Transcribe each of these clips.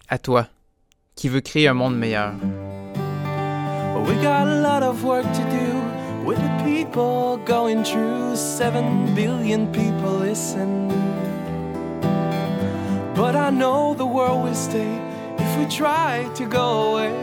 À toi, qui veux créer un monde meilleur. We got a lot of work to do with the people going through. 7 billion people listen. But I know the world will stay if we try to go away.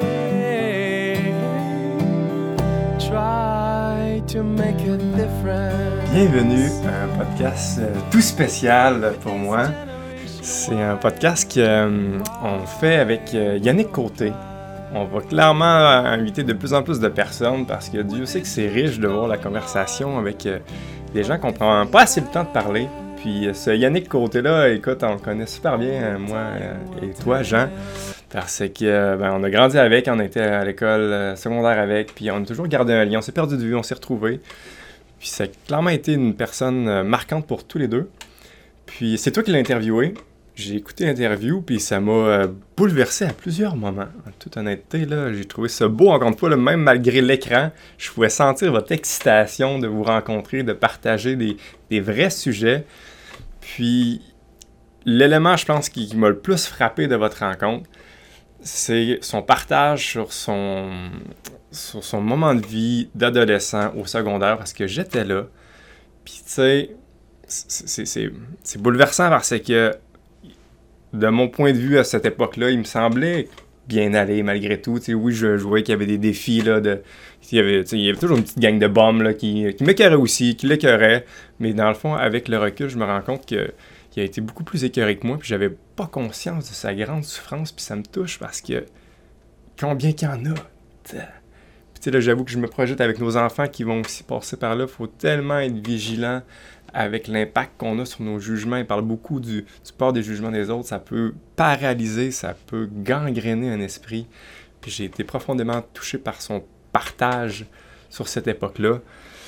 Try to make a difference. Bienvenue à un podcast tout spécial pour moi. C'est un podcast qu'on fait avec Yannick Côté. On va clairement inviter de plus en plus de personnes parce que Dieu sait que c'est riche de voir la conversation avec des gens qu'on prend pas assez le temps de parler. Puis ce Yannick Côté-là, écoute, on le connaît super bien, moi et toi, Jean, parce que on a grandi avec, on était à l'école secondaire avec, puis on a toujours gardé un lien, on s'est perdu de vue, on s'est retrouvés. Puis ça a clairement été une personne marquante pour tous les deux. Puis c'est toi qui l'as interviewé. J'ai écouté l'interview, puis ça m'a bouleversé à plusieurs moments. En toute honnêteté, là, j'ai trouvé ça beau, encore une fois, là, même malgré l'écran. Je pouvais sentir votre excitation de vous rencontrer, de partager des vrais sujets. Puis, l'élément, je pense, qui m'a le plus frappé de votre rencontre, c'est son partage sur son moment de vie d'adolescent au secondaire, parce que j'étais là. Puis, tu sais, c'est bouleversant parce que de mon point de vue à cette époque-là, il me semblait bien aller malgré tout. T'sais, oui, je voyais qu'il y avait des défis. Là, il y avait toujours une petite gang de bombes là, qui m'écœurait aussi, qui l'écœurait. Mais dans le fond, avec le recul, je me rends compte qu'il a été beaucoup plus écœuré que moi. Puis j'avais pas conscience de sa grande souffrance. Puis ça me touche parce que combien qu'il y en a. Puis là, j'avoue que je me projette avec nos enfants qui vont aussi passer par là. Il faut tellement être vigilant avec l'impact qu'on a sur nos jugements. Il parle beaucoup du port des jugements des autres. Ça peut paralyser, ça peut gangréner un esprit. Puis j'ai été profondément touché par son partage sur cette époque-là.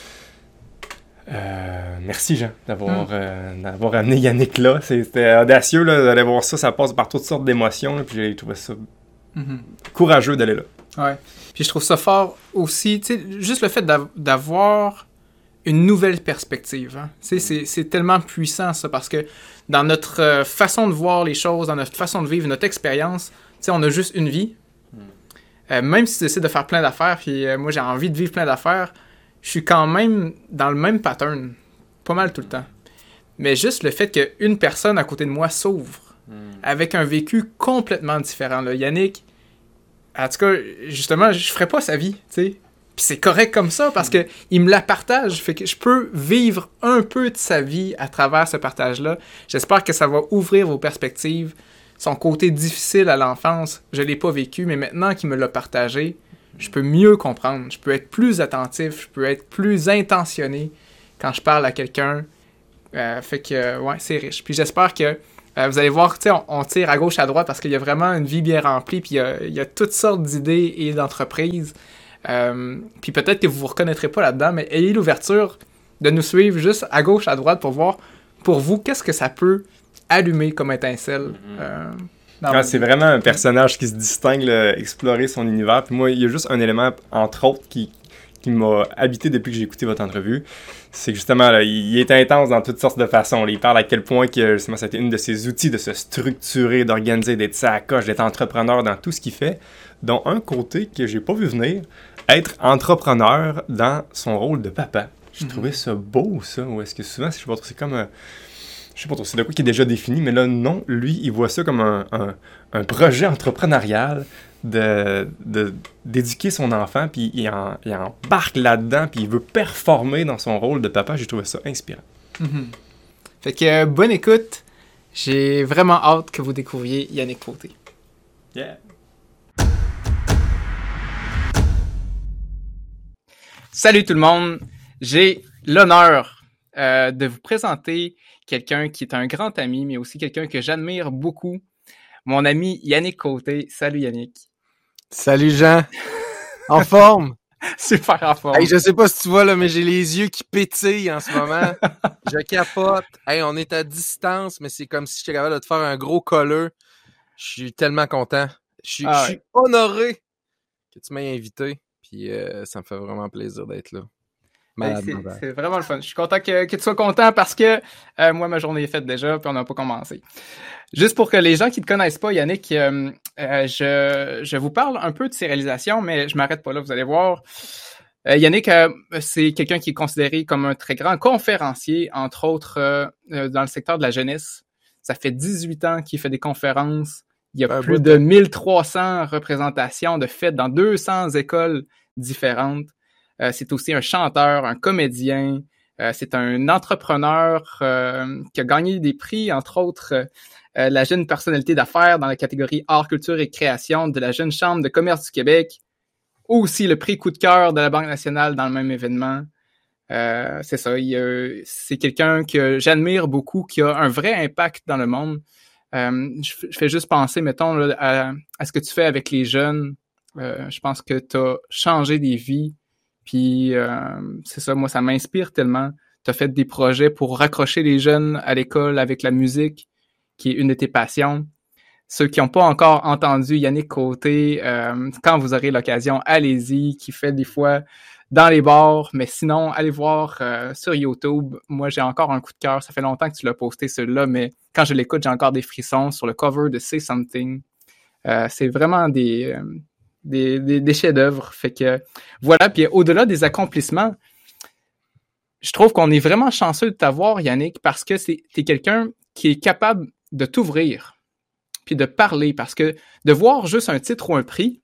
Merci Jean d'avoir amené Yannick là. C'était audacieux là, d'aller voir ça. Ça passe par toutes sortes d'émotions. Là, puis j'ai trouvé ça courageux d'aller là. Ouais. Puis je trouve ça fort aussi, tu sais, juste le fait d'avoir une nouvelle perspective. Hein. C'est tellement puissant, ça, parce que dans notre façon de voir les choses, dans notre façon de vivre, notre expérience, tu sais, on a juste une vie. Même si tu décides de faire plein d'affaires, puis moi, j'ai envie de vivre plein d'affaires, je suis quand même dans le même pattern, pas mal tout le temps. Mais juste le fait qu'une personne à côté de moi s'ouvre, avec un vécu complètement différent. Là. Yannick, en tout cas, justement, je ferais pas sa vie, tu sais. Puis c'est correct comme ça parce que il me la partage, fait que je peux vivre un peu de sa vie à travers ce partage-là. J'espère que ça va ouvrir vos perspectives. Son côté difficile à l'enfance, je l'ai pas vécu, mais maintenant qu'il me l'a partagé, je peux mieux comprendre. Je peux être plus attentif, je peux être plus intentionné quand je parle à quelqu'un. Fait que, ouais, c'est riche. Puis j'espère que vous allez voir, tu sais, on tire à gauche, à droite parce qu'il y a vraiment une vie bien remplie, puis il y a toutes sortes d'idées et d'entreprises. Puis peut-être que vous vous reconnaîtrez pas là-dedans, mais ayez l'ouverture de nous suivre juste à gauche, à droite pour voir, pour vous, qu'est-ce que ça peut allumer comme étincelle. C'est vraiment un personnage qui se distingue, là, explorer son univers. Puis moi, il y a juste un élément, entre autres, qui m'a habité depuis que j'ai écouté votre entrevue. C'est que justement, là, il est intense dans toutes sortes de façons. Là. Il parle à quel point que justement, ça a été une de ses outils de se structurer, d'organiser, d'être sa coche, d'être entrepreneur dans tout ce qu'il fait. Dont un côté que j'ai pas vu venir, être entrepreneur dans son rôle de papa. J'ai trouvé ça beau, ça. Ou est-ce que souvent, c'est comme... je sais pas trop, c'est de quoi qui est déjà défini, mais là, non, lui, il voit ça comme un projet entrepreneurial d'éduquer son enfant, puis il embarque là-dedans, puis il veut performer dans son rôle de papa. J'ai trouvé ça inspirant. Fait que bonne écoute. J'ai vraiment hâte que vous découvriez Yannick Côté. Yeah! Salut tout le monde. J'ai l'honneur de vous présenter quelqu'un qui est un grand ami, mais aussi quelqu'un que j'admire beaucoup. Mon ami Yannick Côté. Salut Yannick. Salut Jean. En forme? Super en forme. Hey, je sais pas si tu vois, là, mais j'ai les yeux qui pétillent en ce moment. Je capote. Hey, on est à distance, mais c'est comme si j'étais capable de te faire un gros colleux. Je suis tellement content. Je suis honoré que tu m'aies invité. Puis ça me fait vraiment plaisir d'être là. Malade, C'est malade. c'est vraiment le fun. Je suis content que tu sois content parce que moi, ma journée est faite déjà, puis on n'a pas commencé. Juste pour que les gens qui ne te connaissent pas, Yannick, je vous parle un peu de ses réalisations, mais je m'arrête pas là, vous allez voir. Yannick, c'est quelqu'un qui est considéré comme un très grand conférencier, entre autres dans le secteur de la jeunesse. Ça fait 18 ans qu'il fait des conférences. Il y a plus de 1300 représentations de fêtes dans 200 écoles différentes. C'est aussi un chanteur, un comédien. C'est un entrepreneur qui a gagné des prix, entre autres la jeune personnalité d'affaires dans la catégorie art, culture et création de la Jeune Chambre de commerce du Québec. Aussi le prix coup de cœur de la Banque nationale dans le même événement. C'est ça, c'est quelqu'un que j'admire beaucoup, qui a un vrai impact dans le monde. Je fais juste penser, mettons, là, à ce que tu fais avec les jeunes. Je pense que tu as changé des vies. Puis c'est ça, moi, ça m'inspire tellement. Tu as fait des projets pour raccrocher les jeunes à l'école avec la musique, qui est une de tes passions. Ceux qui n'ont pas encore entendu Yannick Côté, quand vous aurez l'occasion, allez-y, qui fait des fois dans les bars, mais sinon, allez voir sur YouTube. Moi, j'ai encore un coup de cœur. Ça fait longtemps que tu l'as posté, celui-là, mais quand je l'écoute, j'ai encore des frissons sur le cover de Say Something. C'est vraiment des chefs-d'œuvre. Fait que voilà, puis au-delà des accomplissements, je trouve qu'on est vraiment chanceux de t'avoir, Yannick, parce que t'es quelqu'un qui est capable de t'ouvrir puis de parler, parce que de voir juste un titre ou un prix,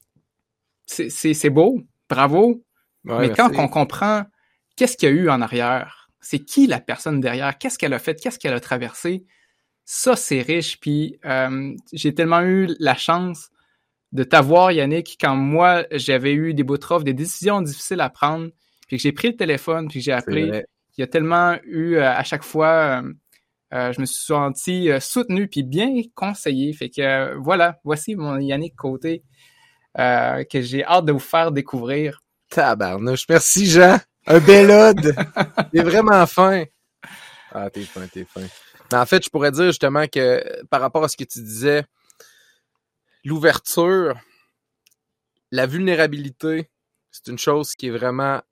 c'est beau, bravo, Ouais, mais merci. quand on comprend qu'est-ce qu'il y a eu en arrière, c'est qui la personne derrière, qu'est-ce qu'elle a fait, qu'est-ce qu'elle a traversé, ça c'est riche, puis j'ai tellement eu la chance de t'avoir, Yannick, quand moi j'avais eu des bouts de rough, des décisions difficiles à prendre, puis que j'ai pris le téléphone, puis que j'ai appelé, il y a tellement eu à chaque fois... je me suis senti soutenu puis bien conseillé. Fait que voilà, voici mon Yannick Côté que j'ai hâte de vous faire découvrir. Tabarnouche. Merci, Jean. Un bel ode. T'es vraiment fin. Ah, t'es fin, t'es fin. Mais en fait, je pourrais dire justement que par rapport à ce que tu disais, l'ouverture, la vulnérabilité, c'est une chose qui est vraiment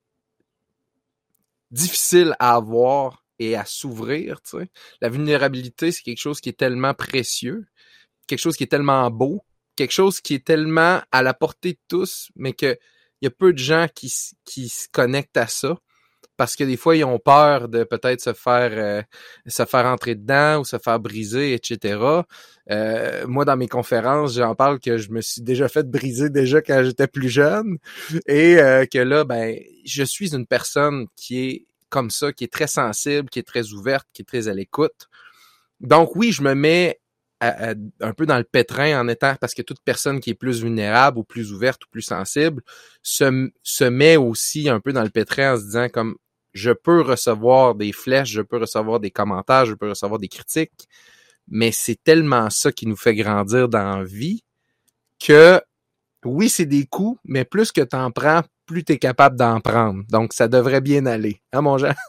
difficile à avoir et à s'ouvrir, tu sais. La vulnérabilité, c'est quelque chose qui est tellement précieux, quelque chose qui est tellement beau, quelque chose qui est tellement à la portée de tous, mais que il y a peu de gens qui se connectent à ça, parce que des fois, ils ont peur de peut-être se faire entrer dedans ou se faire briser, etc. Moi, dans mes conférences, j'en parle que je me suis déjà fait briser déjà quand j'étais plus jeune, et que là, ben, je suis une personne qui est comme ça, qui est très sensible, qui est très ouverte, qui est très à l'écoute. Donc oui, je me mets un peu dans le pétrin en étant, parce que toute personne qui est plus vulnérable ou plus ouverte ou plus sensible se met aussi un peu dans le pétrin en se disant comme je peux recevoir des flèches, je peux recevoir des commentaires, je peux recevoir des critiques, mais c'est tellement ça qui nous fait grandir dans la vie que oui, c'est des coups, mais plus que t'en prends, plus t'es capable d'en prendre. Donc, ça devrait bien aller. Hein, mon Jean?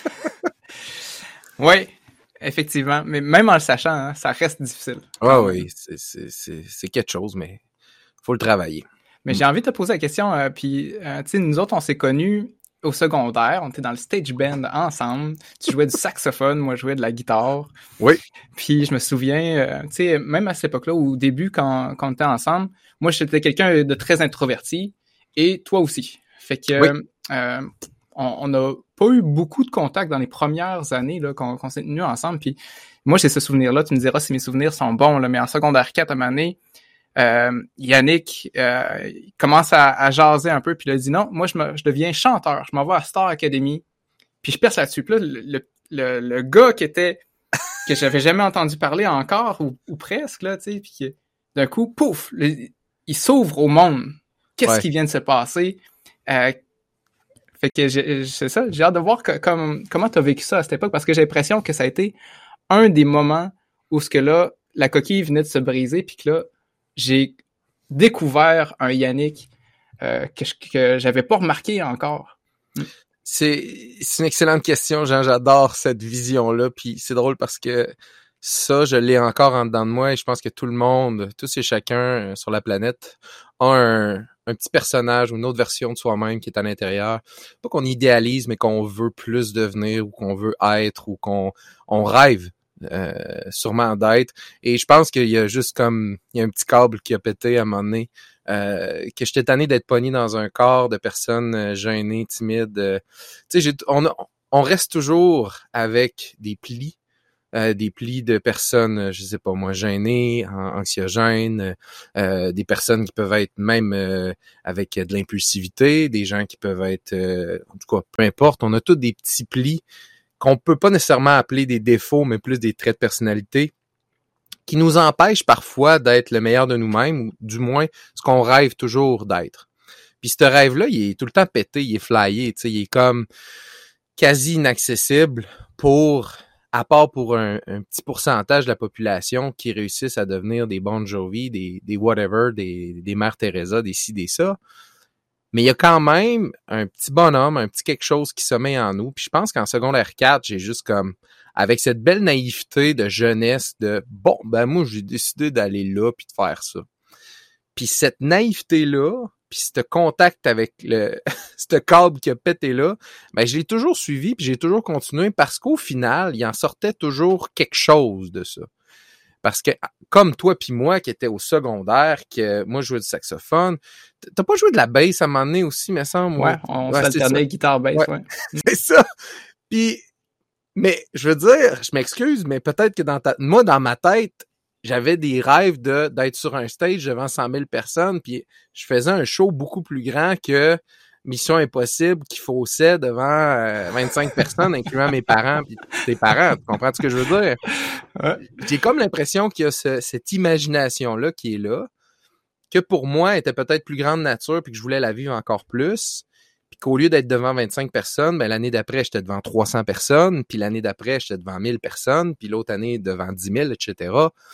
Oui, effectivement. Mais même en le sachant, hein, ça reste difficile. Ah oui, c'est quelque chose, mais faut le travailler. Mais j'ai envie de te poser la question, puis, tu sais, nous autres, on s'est connus au secondaire, on était dans le stage band ensemble. Tu jouais du saxophone, moi je jouais de la guitare. Oui. Puis je me souviens, tu sais, même à cette époque-là, au début, quand on était ensemble, moi j'étais quelqu'un de très introverti, et toi aussi. Fait que on n'a pas eu beaucoup de contacts dans les premières années là, qu'on s'est tenus ensemble. Puis moi j'ai ce souvenir-là, tu me diras si mes souvenirs sont bons, là, mais en secondaire 4 à ma année, Yannick il commence à jaser un peu, puis il a dit non, moi je deviens chanteur, je m'en vais à Star Academy, puis je perce là-dessus. Puis là, le gars que j'avais jamais entendu parler encore, ou presque, là, tu sais, puis d'un coup, pouf, il s'ouvre au monde. Qu'est-ce qui vient de se passer? Fait que c'est ça, j'ai hâte de voir comment tu as vécu ça à cette époque, parce que j'ai l'impression que ça a été un des moments où ce que là, la coquille venait de se briser, puis que là, j'ai découvert un Yannick que j'avais pas remarqué encore. C'est une excellente question, Jean. J'adore cette vision-là. Puis c'est drôle parce que Ça, je l'ai encore en dedans de moi et je pense que tout le monde, tous et chacun sur la planète a un petit personnage ou une autre version de soi-même qui est à l'intérieur. Pas qu'on idéalise, mais qu'on veut plus devenir ou qu'on veut être ou qu'on rêve sûrement d'être. Et je pense qu'il y a juste comme il y a un petit câble qui a pété à un moment donné. Que j'étais tanné d'être pogné dans un corps de personnes gênées, timides. Tu sais, on reste toujours avec des plis de personnes, je sais pas moi, gênées, anxiogènes, des personnes qui peuvent être même avec de l'impulsivité, des gens qui peuvent être, en tout cas, peu importe, on a tous des petits plis qu'on peut pas nécessairement appeler des défauts, mais plus des traits de personnalité qui nous empêchent parfois d'être le meilleur de nous-mêmes, ou du moins ce qu'on rêve toujours d'être. Puis ce rêve-là, il est tout le temps pété, il est flyé, tu sais, il est comme quasi inaccessible à part pour un petit pourcentage de la population qui réussissent à devenir des Bon Jovi, des whatever, des Mères Teresa, des ci, des ça. Mais il y a quand même un petit bonhomme, un petit quelque chose qui sommeille en nous. Puis je pense qu'en secondaire 4, j'ai juste comme, avec cette belle naïveté de jeunesse de, bon, ben moi, j'ai décidé d'aller là puis de faire ça. Puis cette naïveté-là, puis ce contact avec ce câble qui a pété là, ben je l'ai toujours suivi puis j'ai toujours continué parce qu'au final, il en sortait toujours quelque chose de ça. Parce que, comme toi puis moi qui étais au secondaire, que moi je jouais du saxophone, t'as pas joué de la bass à un moment donné aussi, me semble? Ouais, on s'alternait guitare-bass, ouais. C'est ça! Puis, mais je veux dire, je m'excuse, mais peut-être que moi, dans ma tête, j'avais des rêves d'être sur un stage devant 100 000 personnes, puis je faisais un show beaucoup plus grand que Mission Impossible qui faussait devant 25 personnes, incluant mes parents puis tes parents. Tu comprends ce que je veux dire? Ouais. J'ai comme l'impression qu'il y a cette imagination-là qui est là, que pour moi était peut-être plus grande nature puis que je voulais la vivre encore plus. Puis qu'au lieu d'être devant 25 personnes, ben l'année d'après, j'étais devant 300 personnes, puis l'année d'après, j'étais devant 1000 personnes, puis l'autre année, devant 10 000, etc.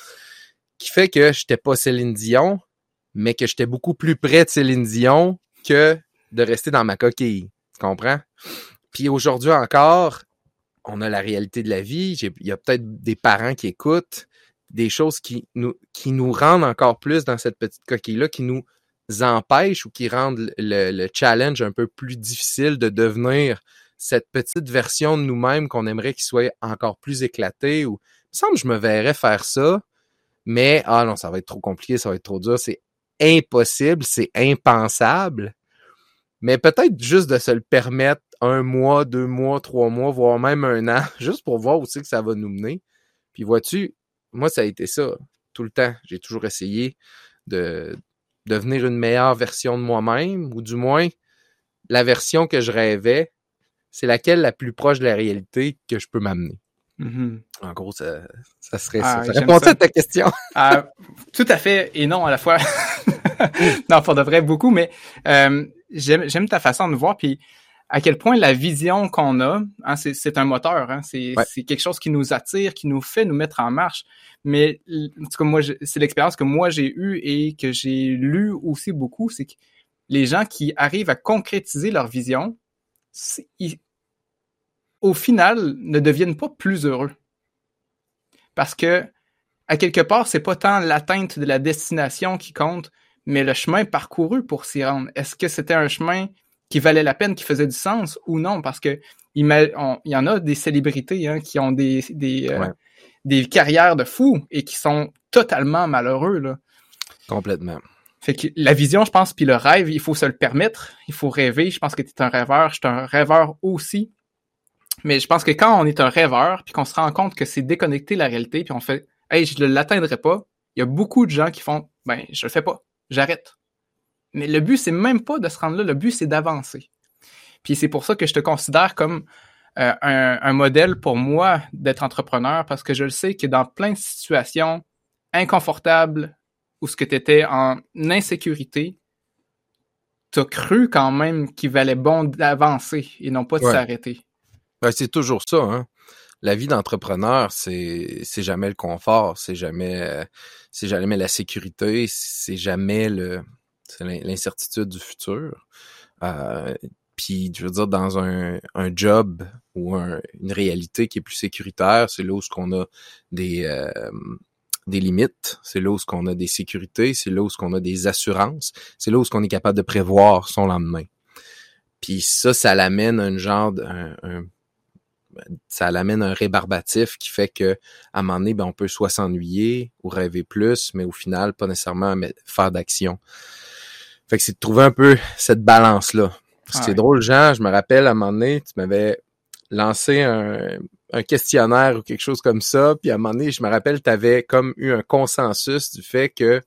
Qui fait que j'étais pas Céline Dion, mais que j'étais beaucoup plus près de Céline Dion que de rester dans ma coquille. Tu comprends? Puis aujourd'hui encore, on a la réalité de la vie. Il y a peut-être des parents qui écoutent, des choses qui nous rendent encore plus dans cette petite coquille-là, qui nous empêchent ou qui rendent le challenge un peu plus difficile de devenir cette petite version de nous-mêmes qu'on aimerait qu'il soit encore plus éclaté. Ou, il me semble que je me verrais faire ça, mais non, ça va être trop compliqué, ça va être trop dur. C'est impossible, c'est impensable. Mais peut-être juste de se le permettre 1 mois, 2 mois, 3 mois, voire même 1 an, juste pour voir où c'est que ça va nous mener. Puis vois-tu, moi, ça a été ça tout le temps. J'ai toujours essayé de devenir une meilleure version de moi-même, ou du moins, la version que je rêvais, c'est laquelle la plus proche de la réalité que je peux m'amener. Mm-hmm. En gros, ça serait ça. Ça répond à ta question? Tout à fait et non à la fois. Non, pour de vrai, beaucoup, mais j'aime ta façon de voir, puis à quel point la vision qu'on a, hein, c'est un moteur, hein, c'est quelque chose qui nous attire, qui nous fait nous mettre en marche. Mais en tout cas, moi, c'est l'expérience que moi j'ai eue et que j'ai lu aussi beaucoup, c'est que les gens qui arrivent à concrétiser leur vision, au final, ne deviennent pas plus heureux. Parce que, à quelque part, c'est pas tant l'atteinte de la destination qui compte, mais le chemin parcouru pour s'y rendre. Est-ce que c'était un chemin qui valait la peine, qui faisait du sens ou non? Parce que il y en a des célébrités hein, qui ont des carrières de fous et qui sont totalement malheureux. Là. Complètement. Fait que la vision, je pense, puis le rêve, il faut se le permettre. Il faut rêver. Je pense que tu es un rêveur. Je suis un rêveur aussi. Mais je pense que quand on est un rêveur puis qu'on se rend compte que c'est déconnecté de la réalité puis on fait « Hey, je ne l'atteindrai pas », il y a beaucoup de gens qui font « Ben, je le fais pas. J'arrête. » Mais le but, c'est même pas de se rendre là. Le but, c'est d'avancer. Puis c'est pour ça que je te considère comme un modèle pour moi d'être entrepreneur parce que je le sais que dans plein de situations inconfortables où ce que tu étais en insécurité, tu as cru quand même qu'il valait bon d'avancer et non pas de s'arrêter. Ben, c'est toujours ça, hein. La vie d'entrepreneur, c'est jamais le confort, c'est jamais la sécurité, c'est jamais l'incertitude du futur. Puis, je veux dire, dans un job ou une réalité qui est plus sécuritaire, c'est là où on a des limites, c'est là où on a des sécurités, c'est là où on a des assurances, c'est là où on est capable de prévoir son lendemain. Puis ça l'amène un genre ça l'amène un rébarbatif qui fait que à un moment donné, on peut soit s'ennuyer ou rêver plus, mais au final, pas nécessairement faire d'action. Fait que c'est de trouver un peu cette balance-là. C'est drôle, Jean, je me rappelle, à un moment donné, tu m'avais lancé un questionnaire ou quelque chose comme ça, puis à un moment donné, je me rappelle, tu avais comme eu un consensus du fait que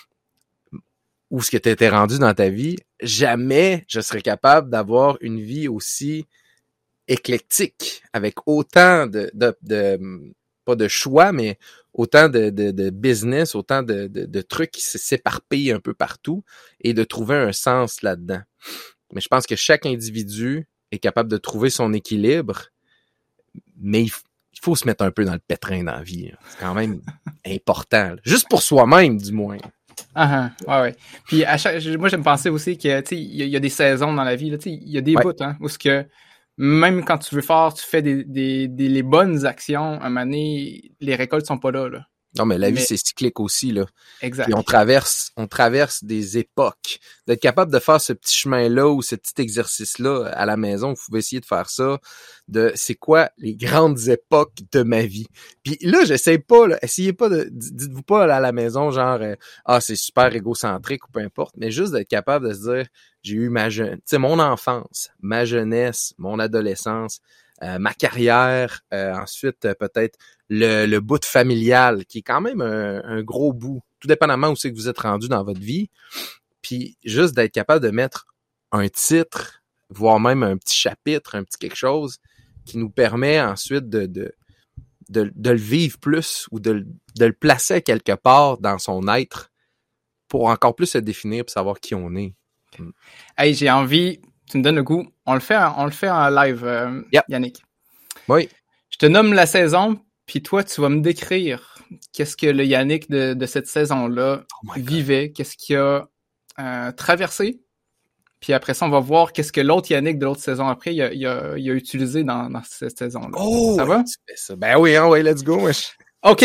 où ce que tu étais rendu dans ta vie, jamais je serais capable d'avoir une vie aussi éclectique, avec autant de pas de choix, mais autant de business, autant de trucs qui s'éparpillent un peu partout, et de trouver un sens là-dedans. Mais je pense que chaque individu est capable de trouver son équilibre, mais il faut se mettre un peu dans le pétrin dans la vie. C'est quand même important. Juste pour soi-même, du moins. Ouais. Puis moi, j'aime penser aussi que, tu sais, il y a des saisons dans la vie, là, tu sais, il y a des bouts, où ce que, même quand tu veux tu fais les bonnes actions, à un moment donné, les récoltes sont pas là. Non, mais la vie, c'est cyclique aussi, là. Exact. Puis on traverse des époques. D'être capable de faire ce petit chemin-là ou ce petit exercice-là à la maison, vous pouvez essayer de faire ça, c'est quoi les grandes époques de ma vie. Puis là, j'essaie pas, là, essayez pas dites-vous pas là, à la maison, genre, c'est super égocentrique ou peu importe, mais juste d'être capable de se dire, j'ai eu mon enfance, ma jeunesse, mon adolescence, ma carrière, ensuite peut-être le bout familial, qui est quand même un gros bout, tout dépendamment où c'est que vous êtes rendu dans votre vie. Puis juste d'être capable de mettre un titre, voire même un petit chapitre, un petit quelque chose, qui nous permet ensuite de le vivre plus ou de le placer quelque part dans son être pour encore plus se définir et savoir qui on est. Hey, j'ai envie, tu me donnes le goût, on le fait en live, Yannick. Oui. Je te nomme la saison, puis toi, tu vas me décrire qu'est-ce que le Yannick de cette saison-là vivait, qu'est-ce qu'il a traversé. Puis après ça, on va voir qu'est-ce que l'autre Yannick de l'autre saison après, il a utilisé dans cette saison-là. Oh! Ça va? Ben oui, let's go. OK.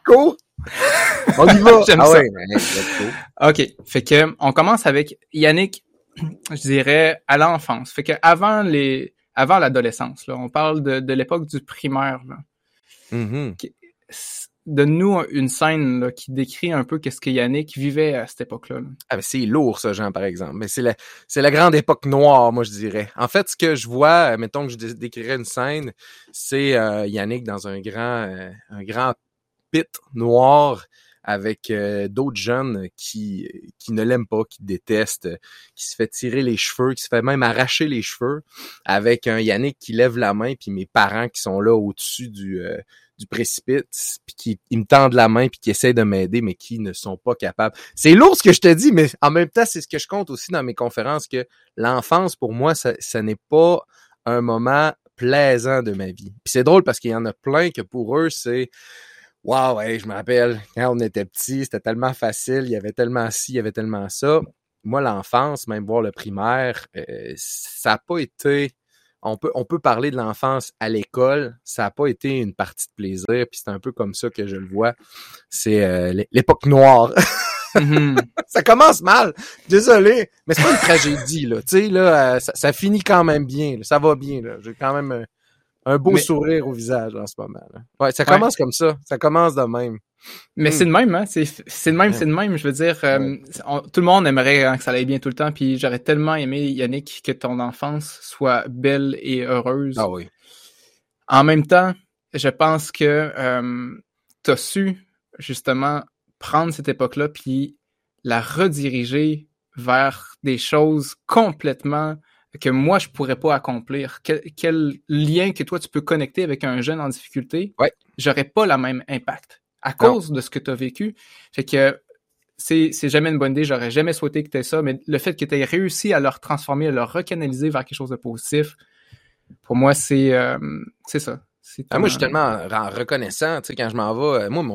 On y va. J'aime ça. Ouais, let's go. OK. Fait que, on commence avec Yannick, je dirais, à l'enfance. Fait que avant l'adolescence, là, on parle de l'époque du primaire, là. Mm-hmm. Donne-nous une scène là, qui décrit un peu qu'est-ce que Yannick vivait à cette époque-là. Là. Ah, mais c'est lourd, ça, Jean, par exemple. Mais c'est la grande époque noire, moi, je dirais. En fait, ce que je vois, mettons que je décrirais une scène, c'est Yannick dans un grand pit noir avec d'autres jeunes qui ne l'aiment pas, qui détestent, qui se fait tirer les cheveux, qui se fait même arracher les cheveux, avec un Yannick qui lève la main, puis mes parents qui sont là au-dessus du précipice, puis qui ils me tendent la main, puis qui essaient de m'aider, mais qui ne sont pas capables. C'est lourd ce que je te dis, mais en même temps, c'est ce que je compte aussi dans mes conférences, que l'enfance, pour moi, ça n'est pas un moment plaisant de ma vie. Puis c'est drôle parce qu'il y en a plein que pour eux, c'est wow, ouais, je me rappelle, quand on était petit, c'était tellement facile, il y avait tellement ci, il y avait tellement ça. Moi, l'enfance, même voir le primaire, ça n'a pas été... On peut parler de l'enfance à l'école, ça n'a pas été une partie de plaisir, puis c'est un peu comme ça que je le vois. C'est l'époque noire. Mm-hmm. Ça commence mal, désolé, mais c'est pas une tragédie, là. Tu sais, là, ça finit quand même bien, là. Ça va bien, là. J'ai quand même un beau sourire au visage en ce moment, là. Ouais, ça commence comme ça, ça commence de même. Mais c'est de même, hein. C'est de même, c'est de même. Je veux dire, tout le monde aimerait que ça aille bien tout le temps. Puis j'aurais tellement aimé, Yannick, que ton enfance soit belle et heureuse. Ah oui. En même temps, je pense que t'as su justement prendre cette époque-là puis la rediriger vers des choses complètement que moi je pourrais pas accomplir. Quel lien que toi tu peux connecter avec un jeune en difficulté, j'aurais pas le même impact. À cause de ce que tu as vécu. Fait que c'est jamais une bonne idée, j'aurais jamais souhaité que tu aies ça, mais le fait que tu aies réussi à le transformer, à le recanaliser vers quelque chose de positif, pour moi, c'est ça. Moi, je suis tellement reconnaissant, tu sais, quand je m'en vais, moi,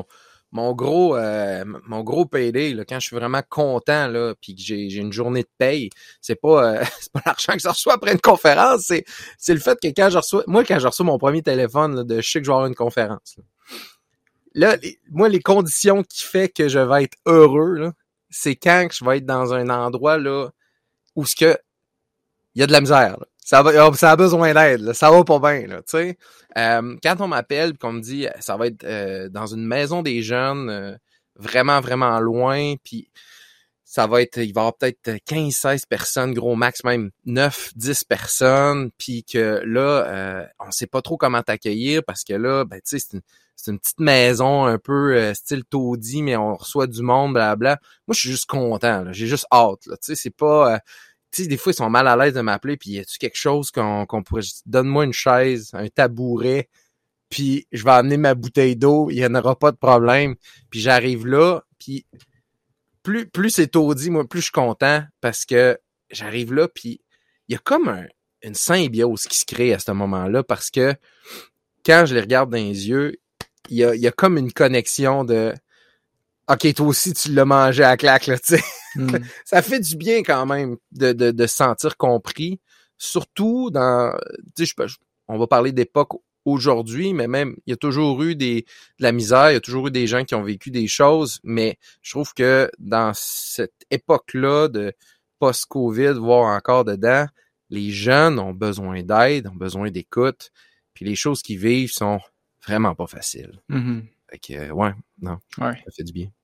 mon gros payday, là, quand je suis vraiment content, là, puis que j'ai une journée de paye, c'est pas c'est pas l'argent que je reçois après une conférence, c'est le fait que quand je reçois mon premier téléphone, là, je sais que je vais avoir une conférence. Là, les conditions qui fait que je vais être heureux, là, c'est quand je vais être dans un endroit là où ce que il y a de la misère. Là. Ça a besoin d'aide. Là. Ça va pas bien, là. Tu sais, quand on m'appelle et qu'on me dit ça va être dans une maison des jeunes, vraiment vraiment loin, puis il va y avoir peut-être 15-16 personnes, gros max, même 9-10 personnes, puis que là, on sait pas trop comment t'accueillir parce que là, ben tu sais, c'est une petite maison un peu style taudis, mais on reçoit du monde, blabla. Moi, je suis juste content, là. J'ai juste hâte, là. Tu sais, c'est pas... tu sais, des fois, ils sont mal à l'aise de m'appeler, puis y a-tu quelque chose qu'on pourrait... Donne-moi une chaise, un tabouret, puis je vais amener ma bouteille d'eau, il y en aura pas de problème. Puis j'arrive là, puis plus c'est taudis, moi, plus je suis content, parce que j'arrive là, puis il y a comme une symbiose qui se crée à ce moment-là, parce que quand je les regarde dans les yeux, il y a comme une connexion de OK, toi aussi, tu l'as mangé à claque, là, tu sais. Ça fait du bien quand même de se sentir compris. Surtout dans, tu sais, on va parler d'époque aujourd'hui, mais même, il y a toujours eu de la misère, il y a toujours eu des gens qui ont vécu des choses, mais je trouve que dans cette époque-là de post-Covid, voire encore dedans, les jeunes ont besoin d'aide, ont besoin d'écoute, puis les choses qu'ils vivent sont vraiment pas faciles. Fait que, ouais, ça fait du bien.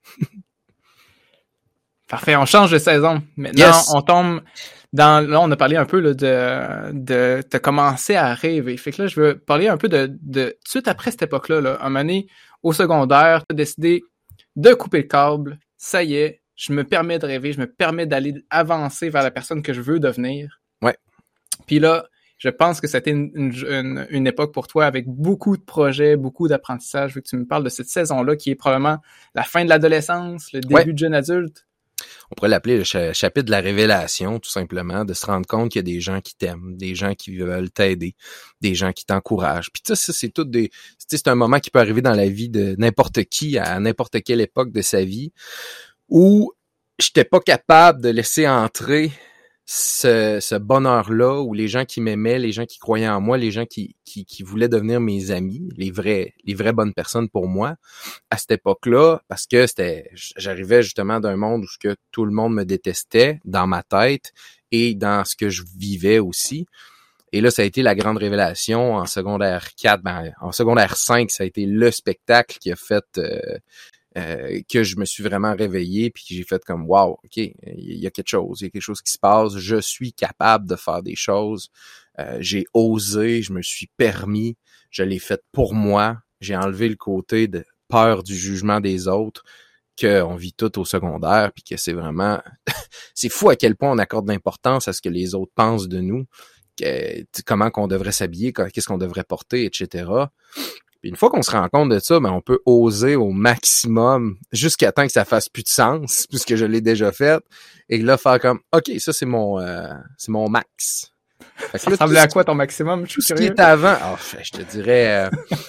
Parfait, on change de saison. Maintenant, on tombe dans... Là, on a parlé un peu là, de commencer à rêver. Fait que là, je veux parler un peu de tout de suite après cette époque-là. Là, un moment donné, au secondaire, tu as décidé de couper le câble. Ça y est, je me permets de rêver, je me permets d'aller avancer vers la personne que je veux devenir. Ouais. Puis là, je pense que c'était une époque pour toi avec beaucoup de projets, beaucoup d'apprentissage. Je veux que tu me parles de cette saison-là qui est probablement la fin de l'adolescence, le début de jeune adulte. On pourrait l'appeler le chapitre de la révélation, tout simplement, de se rendre compte qu'il y a des gens qui t'aiment, des gens qui veulent t'aider, des gens qui t'encouragent. Puis ça, c'est tout c'est un moment qui peut arriver dans la vie de n'importe qui, à n'importe quelle époque de sa vie, où j'étais pas capable de laisser entrer ce bonheur-là, où les gens qui m'aimaient, les gens qui croyaient en moi, les gens qui voulaient devenir mes amis, les vraies bonnes personnes pour moi, à cette époque-là, parce que j'arrivais justement d'un monde où que tout le monde me détestait dans ma tête et dans ce que je vivais aussi. Et là, ça a été la grande révélation en secondaire 4, en secondaire 5, ça a été le spectacle qui a fait que je me suis vraiment réveillé puis que j'ai fait comme wow, OK, il y a quelque chose qui se passe, je suis capable de faire des choses, j'ai osé, je me suis permis, je l'ai fait pour moi, j'ai enlevé le côté de peur du jugement des autres qu'on vit tout au secondaire puis que c'est vraiment c'est fou à quel point on accorde l'importance à ce que les autres pensent de nous, comment qu'on devrait s'habiller, qu'est-ce qu'on devrait porter, etc. Puis une fois qu'on se rend compte de ça, ben on peut oser au maximum jusqu'à temps que ça fasse plus de sens, puisque je l'ai déjà fait, et là faire comme OK, ça c'est mon max. Fait que ça ressemblait à quoi ton maximum? Tout ce qui est avant, je te dirais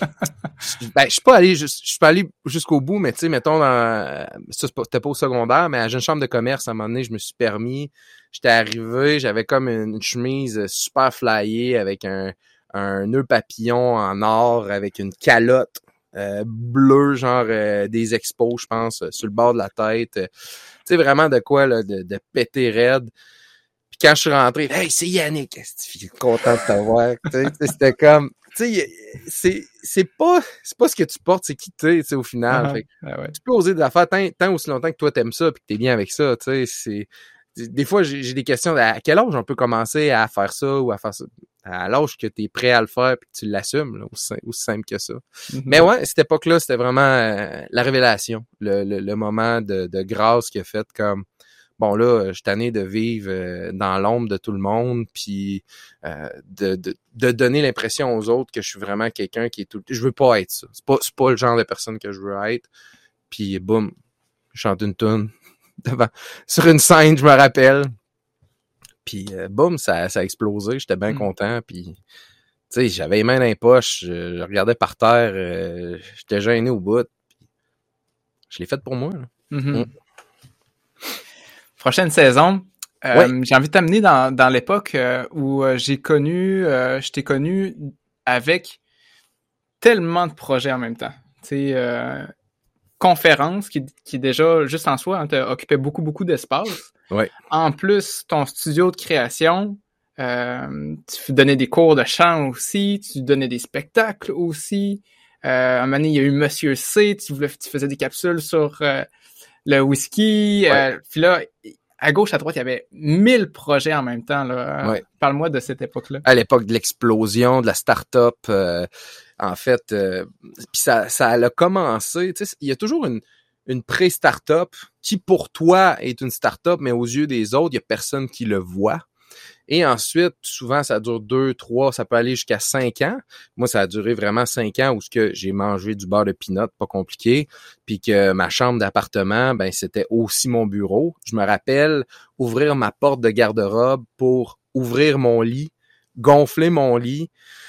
je suis pas allé jusqu'au bout, mais tu sais, mettons ça c'était pas au secondaire, mais à Jeune Chambre de commerce, à un moment donné, je me suis permis, j'étais arrivé, j'avais comme une chemise super flyée avec un nœud papillon en or avec une calotte bleue, genre des expos, je pense, sur le bord de la tête. Tu sais, vraiment de quoi, là, de péter raide. Puis quand je suis rentré, hey, c'est Yannick, je suis content de t'avoir. C'était comme, tu sais, c'est pas ce que tu portes, c'est qui tu es, au final. Fait que, tu peux oser de la faire tant aussi longtemps que toi t'aimes ça puis que t'es bien avec ça, tu sais, des fois, j'ai des questions à quel âge on peut commencer à faire ça ou à faire ça? À l'âge que tu es prêt à le faire et que tu l'assumes, là, aussi simple que ça. Mais ouais, cette époque-là, c'était vraiment la révélation, le moment de grâce qui a fait comme bon là, je suis tanné de vivre dans l'ombre de tout le monde, puis de donner l'impression aux autres que je suis vraiment quelqu'un qui est tout. Je veux pas être ça. C'est pas le genre de personne que je veux être. Puis boum, je chante une toune. Sur une scène, je me rappelle. Puis boum, ça a explosé. J'étais bien content. Puis tu sais, j'avais les mains dans les poches. Je regardais par terre. J'étais gêné au bout. Je l'ai faite pour moi. Là. Mm-hmm. Prochaine saison, j'ai envie de t'amener dans l'époque où je t'ai connu avec tellement de projets en même temps. Tu sais, conférence qui déjà, juste en soi, occupait beaucoup d'espace. Ouais. En plus, ton studio de création, tu donnais des cours de chant aussi, tu donnais des spectacles aussi. À un moment donné, il y a eu Monsieur C, tu faisais des capsules sur le whisky. Ouais. Puis là, à gauche, à droite, il y avait 1000 projets en même temps. Là. Ouais. Parle-moi de cette époque-là. À l'époque de l'explosion, de la start-up, en fait, puis ça a commencé, tu sais, il y a toujours une pré-start-up qui, pour toi, est une start-up, mais aux yeux des autres, il y a personne qui le voit. Et ensuite, souvent, ça dure 2, 3, ça peut aller jusqu'à 5 ans. Moi, ça a duré vraiment 5 ans où ce que j'ai mangé du beurre de peanut, pas compliqué, puis que ma chambre d'appartement, ben c'était aussi mon bureau. Je me rappelle ouvrir ma porte de garde-robe pour ouvrir mon lit, gonfler mon lit,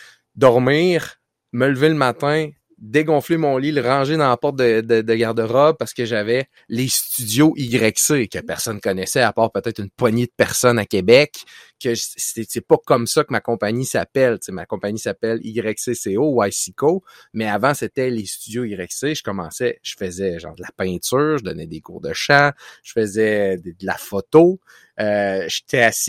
dormir, me lever le matin, dégonfler mon lit, le ranger dans la porte de garde-robe parce que j'avais les studios YC que personne connaissait à part peut-être une poignée de personnes à Québec, que c'est pas comme ça que ma compagnie s'appelle. Tu sais, ma compagnie s'appelle YCCO, YCCO, mais avant c'était les studios YC. Je faisais genre de la peinture, je donnais des cours de chant, je faisais de la photo. J'étais assis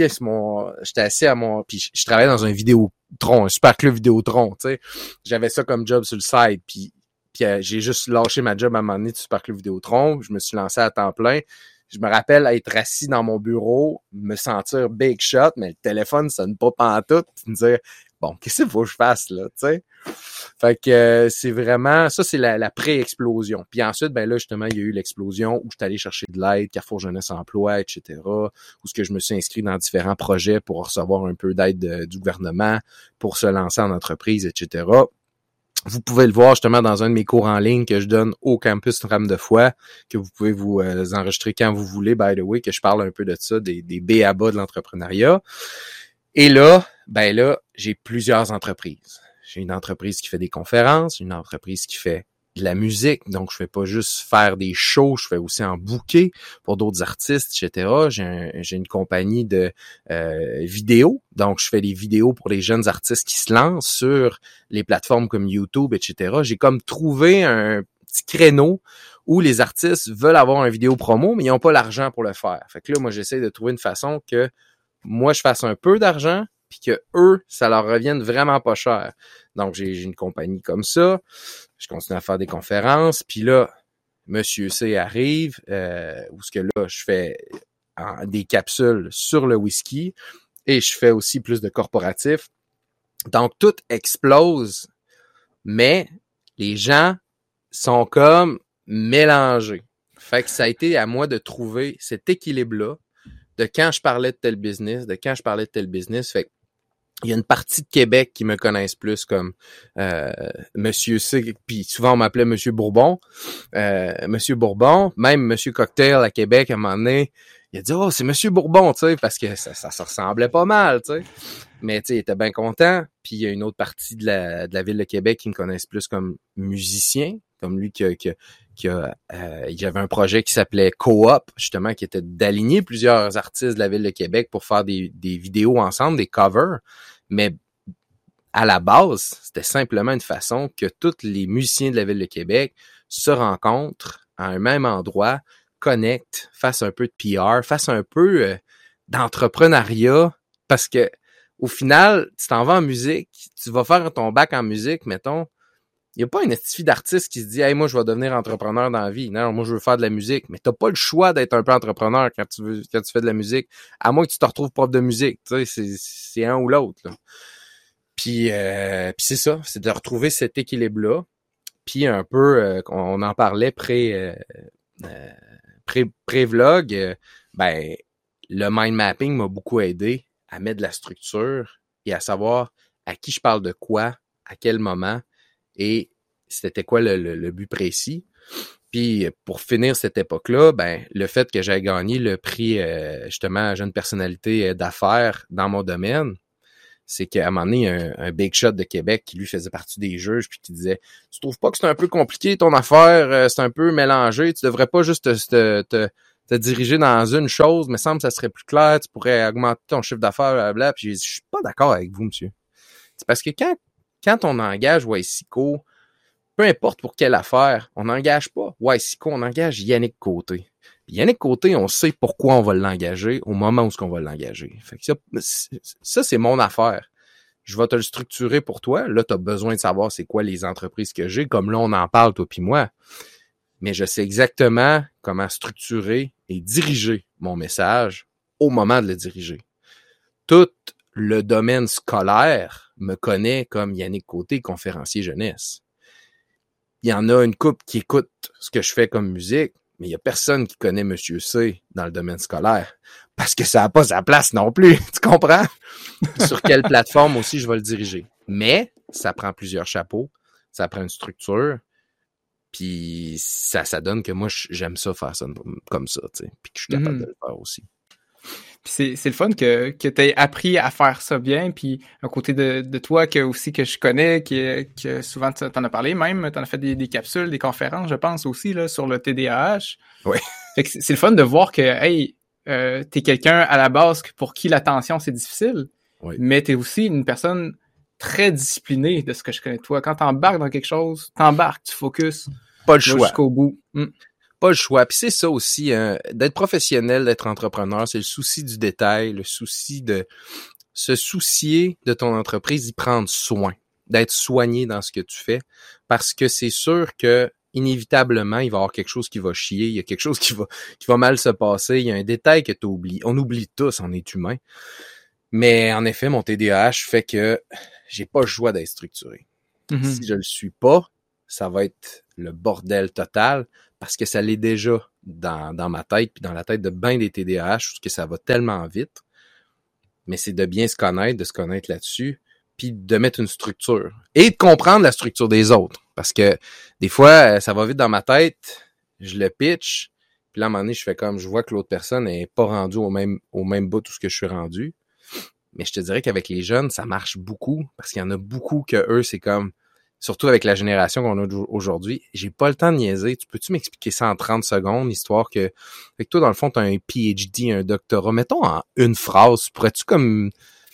à mon, puis je travaillais dans un Vidéotron, un super club Vidéotron, tu sais. J'avais ça comme job sur le side, puis j'ai juste lâché ma job à un moment donné du super club Vidéotron, je me suis lancé à temps plein. Je me rappelle être assis dans mon bureau, me sentir big shot, mais le téléphone sonne pas pantoute, puis me dire bon, qu'est-ce qu'il faut que je fasse là, tu sais. Fait que c'est vraiment, ça c'est la pré-explosion. Puis ensuite, ben là justement, il y a eu l'explosion où je suis allé chercher de l'aide, Carrefour Jeunesse Emploi, etc. Où ce que je me suis inscrit dans différents projets pour recevoir un peu d'aide du gouvernement, pour se lancer en entreprise, etc. Vous pouvez le voir justement dans un de mes cours en ligne que je donne au campus Rame de Foi, que vous pouvez vous enregistrer quand vous voulez, by the way, que je parle un peu de ça, des b.a.-ba de l'entrepreneuriat. Et là, ben là, j'ai plusieurs entreprises. J'ai une entreprise qui fait des conférences, une entreprise qui fait de la musique, donc je fais pas juste faire des shows, je fais aussi en booker pour d'autres artistes, etc. J'ai une compagnie de vidéos, donc je fais des vidéos pour les jeunes artistes qui se lancent sur les plateformes comme YouTube, etc. J'ai comme trouvé un petit créneau où les artistes veulent avoir un vidéo promo, mais ils n'ont pas l'argent pour le faire. Fait que là, moi, j'essaie de trouver une façon que moi, je fasse un peu d'argent, puis que eux, ça leur revienne vraiment pas cher. Donc, j'ai une compagnie comme ça. Je continue à faire des conférences. Puis là, Monsieur C arrive, où ce que là, je fais des capsules sur le whisky et je fais aussi plus de corporatifs. Donc, tout explose, mais les gens sont comme mélangés. Fait que ça a été à moi de trouver cet équilibre-là de quand je parlais de tel business, de quand je parlais de tel business. Fait que il y a une partie de Québec qui me connaissent plus comme Monsieur C, puis souvent on m'appelait Monsieur Bourbon. Monsieur Bourbon, même Monsieur Cocktail à Québec, à un moment donné, il a dit « Oh, c'est Monsieur Bourbon », tu sais, parce que ça se ressemblait pas mal, tu sais. Mais tu sais, il était bien content. Puis il y a une autre partie de la ville de Québec qui me connaissent plus comme musicien, comme lui il y avait un projet qui s'appelait Co-op, justement, qui était d'aligner plusieurs artistes de la ville de Québec pour faire des vidéos ensemble, des covers. Mais à la base, c'était simplement une façon que tous les musiciens de la ville de Québec se rencontrent à un même endroit, connectent, fassent un peu de PR, fassent un peu d'entrepreneuriat, parce que au final, tu t'en vas en musique, tu vas faire ton bac en musique, mettons. Il n'y a pas une fille d'artiste qui se dit « Hey, moi, je vais devenir entrepreneur dans la vie. » Non, moi, je veux faire de la musique. Mais t'as pas le choix d'être un peu entrepreneur quand tu fais de la musique. À moins que tu te retrouves prof de musique. Tu sais, c'est un ou l'autre, là. Puis c'est ça. C'est de retrouver cet équilibre-là. Puis un peu, on en parlait pré-vlog, ben, le mind mapping m'a beaucoup aidé à mettre de la structure et à savoir à qui je parle de quoi, à quel moment. Et c'était quoi le but précis. Puis pour finir cette époque-là, ben le fait que j'ai gagné le prix justement jeune personnalité d'affaires dans mon domaine, c'est qu'à un moment donné, un big shot de Québec qui lui faisait partie des juges puis qui disait « Tu trouves pas que c'est un peu compliqué ton affaire, c'est un peu mélangé, tu devrais pas juste te diriger dans une chose, mais semble que ça serait plus clair, tu pourrais augmenter ton chiffre d'affaires, blablabla. » Puis j'ai dit « Je suis pas d'accord avec vous, monsieur. » C'est parce que quand on engage Wysico, peu importe pour quelle affaire, on n'engage pas Wysico, on engage Yannick Côté. Puis Yannick Côté, on sait pourquoi on va l'engager au moment où on va l'engager. Fait que ça, c'est mon affaire. Je vais te le structurer pour toi. Là, tu as besoin de savoir c'est quoi les entreprises que j'ai, comme là, on en parle, toi puis moi. Mais je sais exactement comment structurer et diriger mon message au moment de le diriger. Tout le domaine scolaire me connaît comme Yannick Côté, conférencier jeunesse. Il y en a une couple qui écoute ce que je fais comme musique, mais il y a personne qui connaît Monsieur C dans le domaine scolaire. Parce que ça n'a pas sa place non plus. Tu comprends? Sur quelle plateforme aussi je vais le diriger. Mais ça prend plusieurs chapeaux, ça prend une structure, puis ça donne que moi, j'aime ça faire ça comme ça, tu sais, puis que je suis capable de le faire aussi. Puis c'est le fun que tu aies appris à faire ça bien, puis à côté de toi que je connais, que souvent t'en as parlé même, t'en as fait des capsules, des conférences, je pense aussi là sur le TDAH. Oui. Fait que c'est le fun de voir que hey, t'es quelqu'un à la base pour qui l'attention c'est difficile, oui. Mais t'es aussi une personne très disciplinée de ce que je connais de toi. Quand t'embarques dans quelque chose, tu focuses. Pas le choix. Jusqu'au bout. Pas le choix. Puis c'est ça aussi, d'être professionnel, d'être entrepreneur, c'est le souci du détail, le souci de se soucier de ton entreprise, y prendre soin, d'être soigné dans ce que tu fais, parce que c'est sûr que inévitablement, il va y avoir quelque chose qui va chier, il y a quelque chose qui va mal se passer, il y a un détail que tu oublies. On oublie tous, on est humain. Mais en effet, mon TDAH fait que j'ai pas le choix d'être structuré. Si je le suis pas, ça va être le bordel total, parce que ça l'est déjà dans ma tête, puis dans la tête de bien des TDAH, parce que ça va tellement vite. Mais c'est de bien se connaître là-dessus, puis de mettre une structure. Et de comprendre la structure des autres. Parce que des fois, ça va vite dans ma tête, je le pitch, puis là, à un moment donné, je fais comme, je vois que l'autre personne n'est pas rendue au même bout tout ce que je suis rendu. Mais je te dirais qu'avec les jeunes, ça marche beaucoup, parce qu'il y en a beaucoup que eux, c'est comme, surtout avec la génération qu'on a aujourd'hui, j'ai pas le temps de niaiser. Tu peux-tu m'expliquer ça en 30 secondes, histoire que... Fait que toi, dans le fond, t'as un PhD, un doctorat. Mettons en une phrase, pourrais-tu comme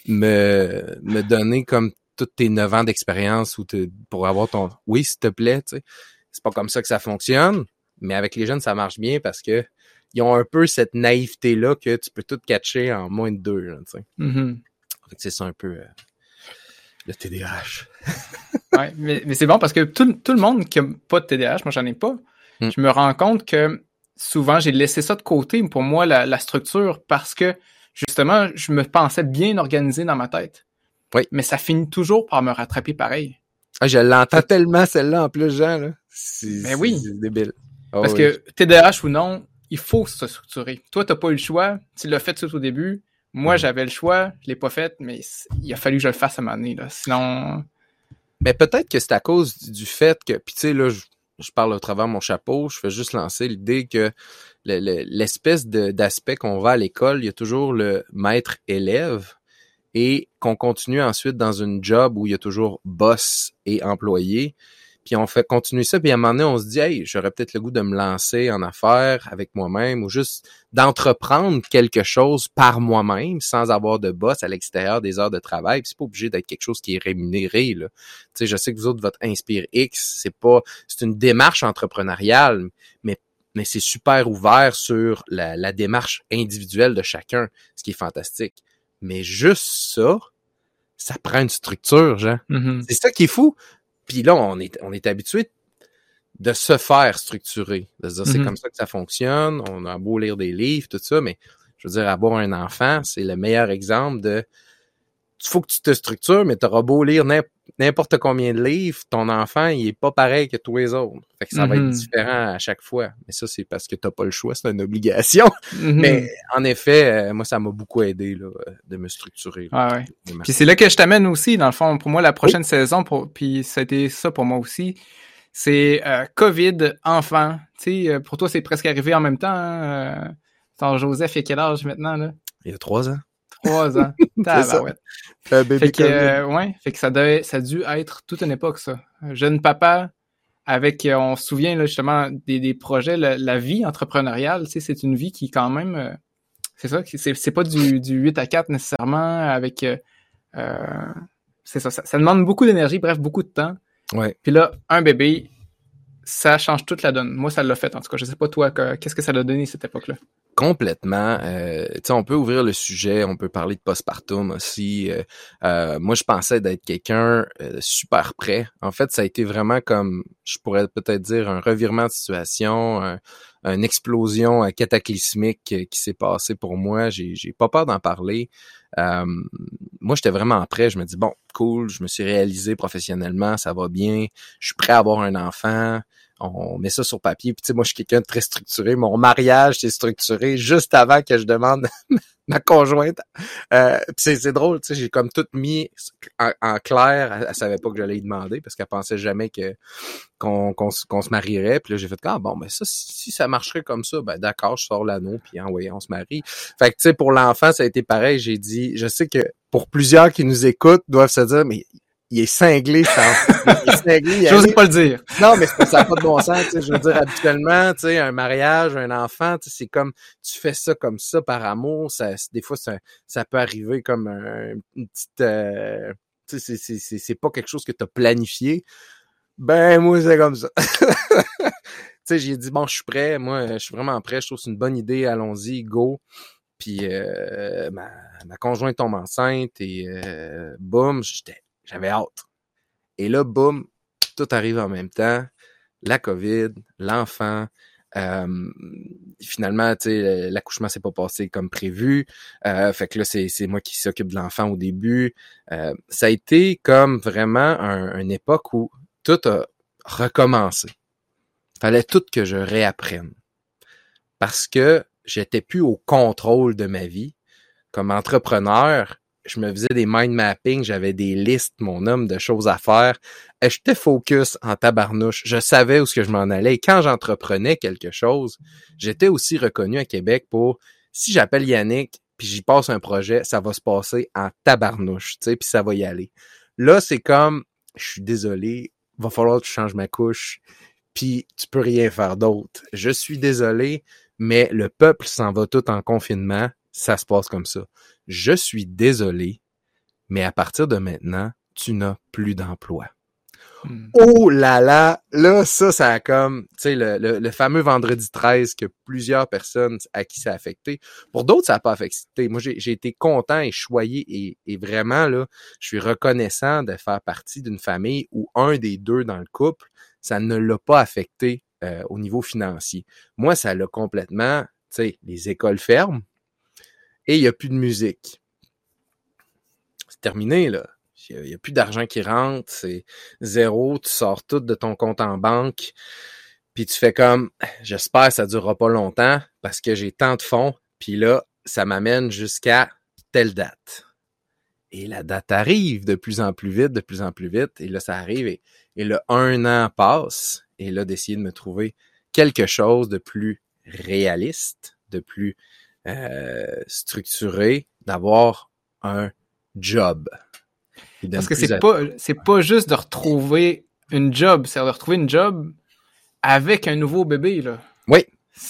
me donner comme tous tes 9 ans d'expérience pour avoir ton... Oui, s'il te plaît, tu sais. C'est pas comme ça que ça fonctionne, mais avec les jeunes, ça marche bien parce que ils ont un peu cette naïveté-là que tu peux tout catcher en moins de 2, là, tu sais. Fait que c'est ça un peu... le TDAH. Ouais, mais c'est bon parce que tout le monde qui a pas de TDAH, moi j'en ai pas, je me rends compte que souvent j'ai laissé ça de côté pour moi la structure parce que justement je me pensais bien organisé dans ma tête. Oui. Mais ça finit toujours par me rattraper pareil. Ah, je l'entends tellement celle-là en plus, Jean, là. Mais oui. C'est débile. Oh, parce que TDAH ou non, il faut se structurer. Toi, t'as pas eu le choix, tu l'as fait tout au début. Moi, j'avais le choix, je l'ai pas fait, mais il a fallu que je le fasse à un moment donné, là. Sinon... Mais peut-être que c'est à cause du fait que... Puis tu sais, là, je parle au travers de mon chapeau, je fais juste lancer l'idée que l'espèce d'aspect qu'on va à l'école, il y a toujours le maître-élève et qu'on continue ensuite dans une job où il y a toujours boss et employé. Puis on fait continuer ça, puis à un moment donné, on se dit « Hey, j'aurais peut-être le goût de me lancer en affaires avec moi-même ou juste d'entreprendre quelque chose par moi-même sans avoir de boss à l'extérieur des heures de travail. » Puis c'est pas obligé d'être quelque chose qui est rémunéré, là. Tu sais, je sais que vous autres, votre Inspire X, c'est une démarche entrepreneuriale, mais c'est super ouvert sur la démarche individuelle de chacun, ce qui est fantastique. Mais juste ça prend une structure, Jean. C'est ça qui est fou. Puis là, on est habitué de se faire structurer, de se dire c'est comme ça que ça fonctionne, on a beau lire des livres, tout ça, mais je veux dire, avoir un enfant, c'est le meilleur exemple de il faut que tu te structures, mais tu auras beau lire n'importe combien de livres, ton enfant, il est pas pareil que tous les autres. Fait que ça va être différent à chaque fois. Mais ça, c'est parce que t'as pas le choix, c'est une obligation. Mais en effet, moi, ça m'a beaucoup aidé là, de me structurer. Là, ouais. Puis c'est là que je t'amène aussi, dans le fond. Pour moi, la prochaine saison, puis ça a été ça pour moi aussi, c'est COVID, enfant. Tu sais, pour toi, c'est presque arrivé en même temps. Hein? Joseph, il a quel âge maintenant, là? Il y a 3 ans. 3 ans. C'est ça. Tabarouette. Un bébé Fait que, COVID. ouais, fait que ça a dû être toute une époque, ça. Un jeune papa avec, on se souvient, là, justement, des projets, la vie entrepreneuriale, tu sais, c'est une vie qui, quand même, c'est ça, c'est pas du 8 à 4 nécessairement, avec, c'est ça, ça demande beaucoup d'énergie, bref, beaucoup de temps. Ouais. Puis là, un bébé, ça change toute la donne. Moi, ça l'a fait, en tout cas. Je sais pas toi, qu'est-ce que ça l'a donné, cette époque-là? Complètement. Tu sais, on peut ouvrir le sujet, on peut parler de postpartum aussi. Moi, je pensais d'être quelqu'un super prêt. En fait, ça a été vraiment comme, je pourrais peut-être dire, un revirement de situation, une explosion cataclysmique qui s'est passée pour moi. J'ai pas peur d'en parler. Moi, j'étais vraiment prêt. Je me dis, bon, cool, je me suis réalisé professionnellement, ça va bien. Je suis prêt à avoir un enfant. On met ça sur papier. Puis tu sais, moi, je suis quelqu'un de très structuré. Mon mariage s'est structuré juste avant que je demande ma conjointe. Puis c'est drôle, tu sais, j'ai comme tout mis en clair. Elle savait pas que j'allais y demander parce qu'elle pensait jamais qu'on se marierait. Puis là, j'ai fait bon, ben ça, si ça marcherait comme ça, ben d'accord, je sors l'anneau, puis on se marie. Fait que tu sais, pour l'enfant, ça a été pareil. J'ai dit, je sais que pour plusieurs qui nous écoutent, doivent se dire, mais il est cinglé, ça. Il est cinglé. J'ose pas le dire. Non, mais ça n'a pas de bon sens, tu sais. Je veux dire, habituellement, tu sais, un mariage, un enfant, tu sais, c'est comme, tu fais ça comme ça par amour. Des fois, ça peut arriver comme une petite, tu sais, c'est pas quelque chose que tu as planifié. Ben, moi, c'est comme ça. Tu sais, j'ai dit, bon, je suis prêt. Moi, je suis vraiment prêt. Je trouve que c'est une bonne idée. Allons-y, go. Puis, ma conjointe tombe enceinte et, boum, j'avais hâte. Et là, boum, tout arrive en même temps. La COVID, l'enfant. Finalement, tu sais, l'accouchement s'est pas passé comme prévu. Fait que là, c'est moi qui s'occupe de l'enfant au début. Ça a été comme vraiment une époque où tout a recommencé. Fallait tout que je réapprenne. Parce que j'étais plus au contrôle de ma vie. Comme entrepreneur, je me faisais des mind mapping, j'avais des listes, mon homme, de choses à faire. J'étais focus en tabarnouche. Je savais où ce que je m'en allais. Et quand j'entreprenais quelque chose, j'étais aussi reconnu à Québec pour, si j'appelle Yannick, puis j'y passe un projet, ça va se passer en tabarnouche, tu sais, puis ça va y aller. Là, c'est comme, je suis désolé, va falloir que tu changes ma couche, puis tu peux rien faire d'autre. Je suis désolé, mais le peuple s'en va tout en confinement, ça se passe comme ça. Je suis désolé, mais à partir de maintenant, tu n'as plus d'emploi. Oh là, ça a comme, tu sais, le fameux vendredi 13 que plusieurs personnes à qui ça a affecté. Pour d'autres, ça n'a pas affecté. Moi, j'ai été content et choyé et vraiment, là, je suis reconnaissant de faire partie d'une famille où un des deux dans le couple, ça ne l'a pas affecté au niveau financier. Moi, ça l'a complètement, tu sais, les écoles ferment et il n'y a plus de musique. C'est terminé, là. Il n'y a plus d'argent qui rentre, c'est zéro, tu sors tout de ton compte en banque, puis tu fais comme, j'espère que ça durera pas longtemps, parce que j'ai tant de fonds, puis là, ça m'amène jusqu'à telle date. Et la date arrive de plus en plus vite, et là, ça arrive, et là, 1 an passe, et là, d'essayer de me trouver quelque chose de plus réaliste, de plus structuré, d'avoir un job. Parce que c'est pas juste de retrouver une job, c'est de retrouver une job avec un nouveau bébé, là. Oui.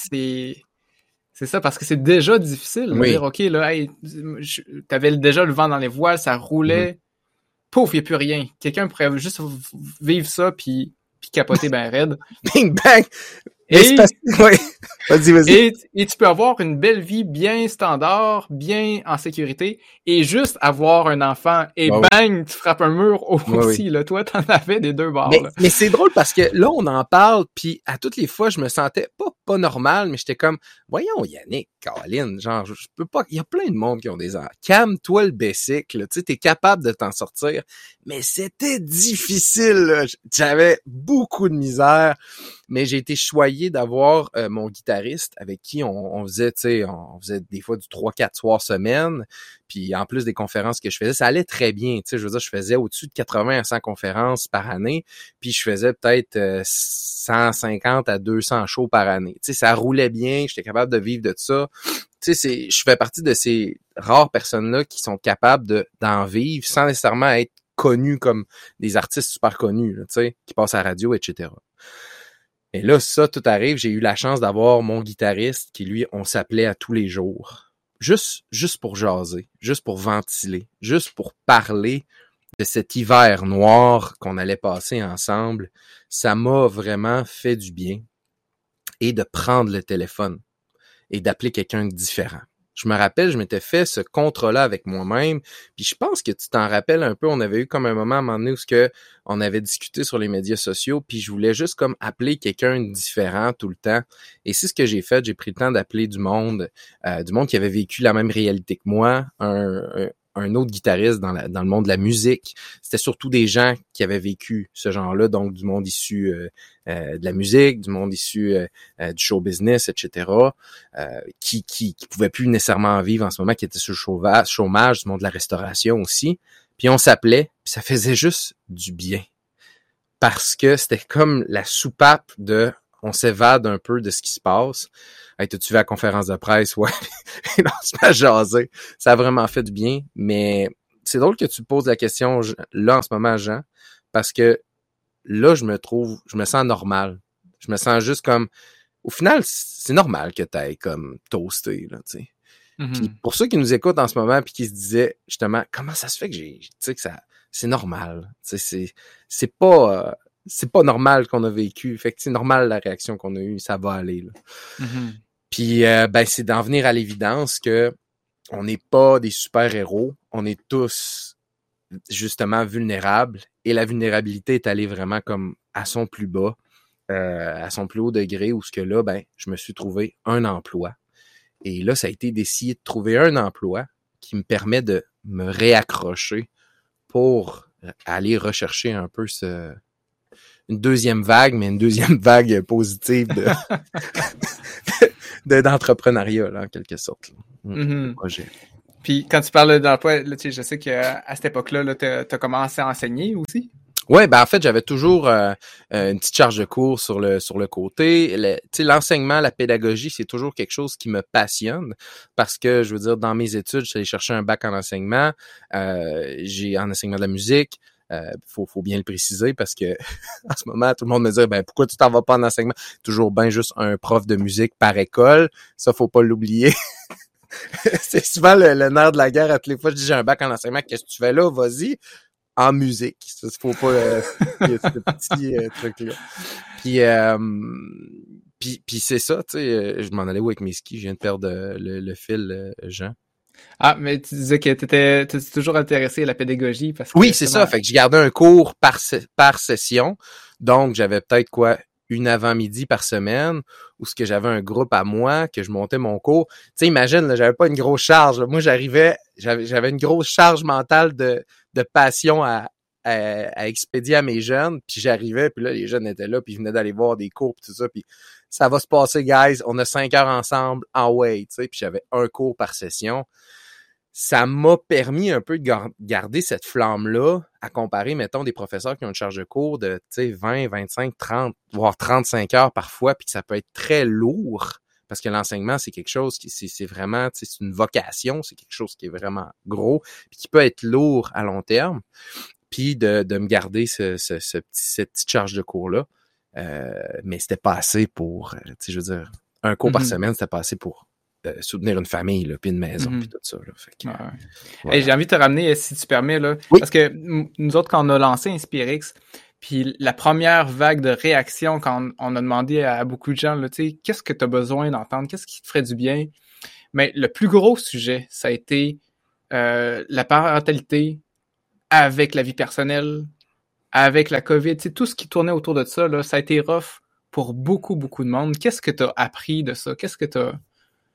C'est ça, parce que c'est déjà difficile de dire, OK, là, hey, t'avais déjà le vent dans les voiles, ça roulait, pouf, il n'y a plus rien. Quelqu'un pourrait juste vivre ça puis capoter ben raide. Bing bang! Et, oui. Vas-y. Et tu peux avoir une belle vie bien standard, bien en sécurité, et juste avoir un enfant, et bang, tu frappes un mur aussi, là. Toi, t'en avais des deux bords, mais c'est drôle parce que là, on en parle, puis à toutes les fois, je me sentais pas normal, mais j'étais comme, voyons, Yannick, Caroline, genre, je peux pas, il y a plein de monde qui ont des enfants. Calme-toi le basic, là. Tu sais, t'es capable de t'en sortir. Mais c'était difficile, là. J'avais beaucoup de misère. Mais j'ai été choyé d'avoir mon guitariste avec qui on faisait, tu sais, on faisait des fois du 3-4 soirs semaine. Puis en plus des conférences que je faisais, ça allait très bien. Tu sais, je veux dire, je faisais au-dessus de 80 à 100 conférences par année. Puis je faisais peut-être 150 à 200 shows par année. Tu sais, ça roulait bien. J'étais capable de vivre de ça. Tu sais, je fais partie de ces rares personnes-là qui sont capables d'en vivre sans nécessairement être connus comme des artistes super connus, là, tu sais, qui passent à la radio, etc. Et là, ça, tout arrive, j'ai eu la chance d'avoir mon guitariste qui, lui, on s'appelait à tous les jours. Juste pour jaser, juste pour ventiler, juste pour parler de cet hiver noir qu'on allait passer ensemble. Ça m'a vraiment fait du bien. Et de prendre le téléphone et d'appeler quelqu'un de différent. Je me rappelle, je m'étais fait ce contrat-là avec moi-même, puis je pense que tu t'en rappelles un peu, on avait eu comme un moment à un moment donné où on avait discuté sur les médias sociaux, puis je voulais juste comme appeler quelqu'un de différent tout le temps, et c'est ce que j'ai fait, j'ai pris le temps d'appeler du monde qui avait vécu la même réalité que moi, un autre guitariste dans le monde de la musique. C'était surtout des gens qui avaient vécu ce genre-là, donc du monde issu de la musique, du monde issu du show business, etc., qui pouvaient plus nécessairement vivre en ce moment, qui étaient sur le chômage, du monde de la restauration aussi. Puis on s'appelait, puis ça faisait juste du bien. Parce que c'était comme la soupape de on s'évade un peu de ce qui se passe. Hey, t'as-tu vu la conférence de presse? Ouais. Et là, on se met à jaser. Ça a vraiment fait du bien. Mais c'est drôle que tu poses la question là, en ce moment, Jean, parce que là, je me sens normal. Je me sens juste comme, au final, c'est normal que t'ailles comme toasté, là, tu sais. Mm-hmm. Puis pour ceux qui nous écoutent en ce moment puis qui se disaient, justement, comment ça se fait que c'est normal. Tu sais, c'est pas normal qu'on a vécu. Fait que c'est normal la réaction qu'on a eue, ça va aller, là. Mm-hmm. Puis c'est d'en venir à l'évidence que on n'est pas des super-héros, on est tous justement vulnérables et la vulnérabilité est allée vraiment comme à son plus bas, à son plus haut degré où ce que là, je me suis trouvé un emploi. Et là, ça a été d'essayer de trouver un emploi qui me permet de me réaccrocher pour aller rechercher un peu une deuxième vague, mais une deuxième vague positive d'entrepreneuriat, là, en quelque sorte. Mm-hmm. Projet. Puis quand tu parles d'emploi, là, tu sais, je sais qu'à cette époque-là, là, t'as commencé à enseigner aussi. Ouais, en fait, j'avais toujours une petite charge de cours sur le côté. L'enseignement, la pédagogie, c'est toujours quelque chose qui me passionne parce que, je veux dire, dans mes études, j'allais chercher un bac en enseignement. J'ai en enseignement de la musique. Faut bien le préciser parce que en ce moment, tout le monde me dit pourquoi tu t'en vas pas en enseignement? Toujours bien juste un prof de musique par école. Ça, faut pas l'oublier. C'est souvent le nerf de la guerre. À toutes les fois, je dis j'ai un bac en enseignement. Qu'est-ce que tu fais là? Vas-y. En musique. Ça, faut pas ce petit truc-là. Puis c'est ça, tu sais, je m'en allais où avec mes skis? Je viens de perdre le fil, Jean. Ah, mais tu disais que t'étais toujours intéressé à la pédagogie parce que... Oui, c'est ça. Fait que je gardais un cours par session. Donc, j'avais peut-être une avant-midi par semaine où ce que j'avais un groupe à moi, que je montais mon cours. Tu sais, imagine, là, j'avais pas une grosse charge. Là. Moi, j'avais une grosse charge mentale de passion à expédier à mes jeunes, puis j'arrivais, puis là, les jeunes étaient là, puis ils venaient d'aller voir des cours, puis tout ça, puis ça va se passer, guys, on a 5 heures ensemble, en way, tu sais, puis j'avais un cours par session. Ça m'a permis un peu de garder cette flamme-là, à comparer, mettons, des professeurs qui ont une charge de cours de, tu sais, 20, 25, 30, voire 35 heures parfois, puis que ça peut être très lourd, parce que l'enseignement, c'est quelque chose qui, c'est vraiment, tu sais, c'est une vocation, c'est quelque chose qui est vraiment gros, puis qui peut être lourd à long terme. Puis de me garder cette petite charge de cours-là. Mais c'était pas assez pour, tu sais, je veux dire, un cours par semaine, c'était pas assez pour soutenir une famille, là, puis une maison, puis tout ça. Là. Fait que, voilà. Voilà. J'ai envie de te ramener, si tu permets, là, oui. Parce que nous autres, quand on a lancé Inspirix, puis la première vague de réaction, quand on a demandé à beaucoup de gens, là, tu sais, qu'est-ce que tu as besoin d'entendre, qu'est-ce qui te ferait du bien? Mais le plus gros sujet, ça a été la parentalité, avec la vie personnelle, avec la COVID, tu sais, tout ce qui tournait autour de ça, là, ça a été rough pour beaucoup, beaucoup de monde. Qu'est-ce que tu as appris de ça? Qu'est-ce que tu as...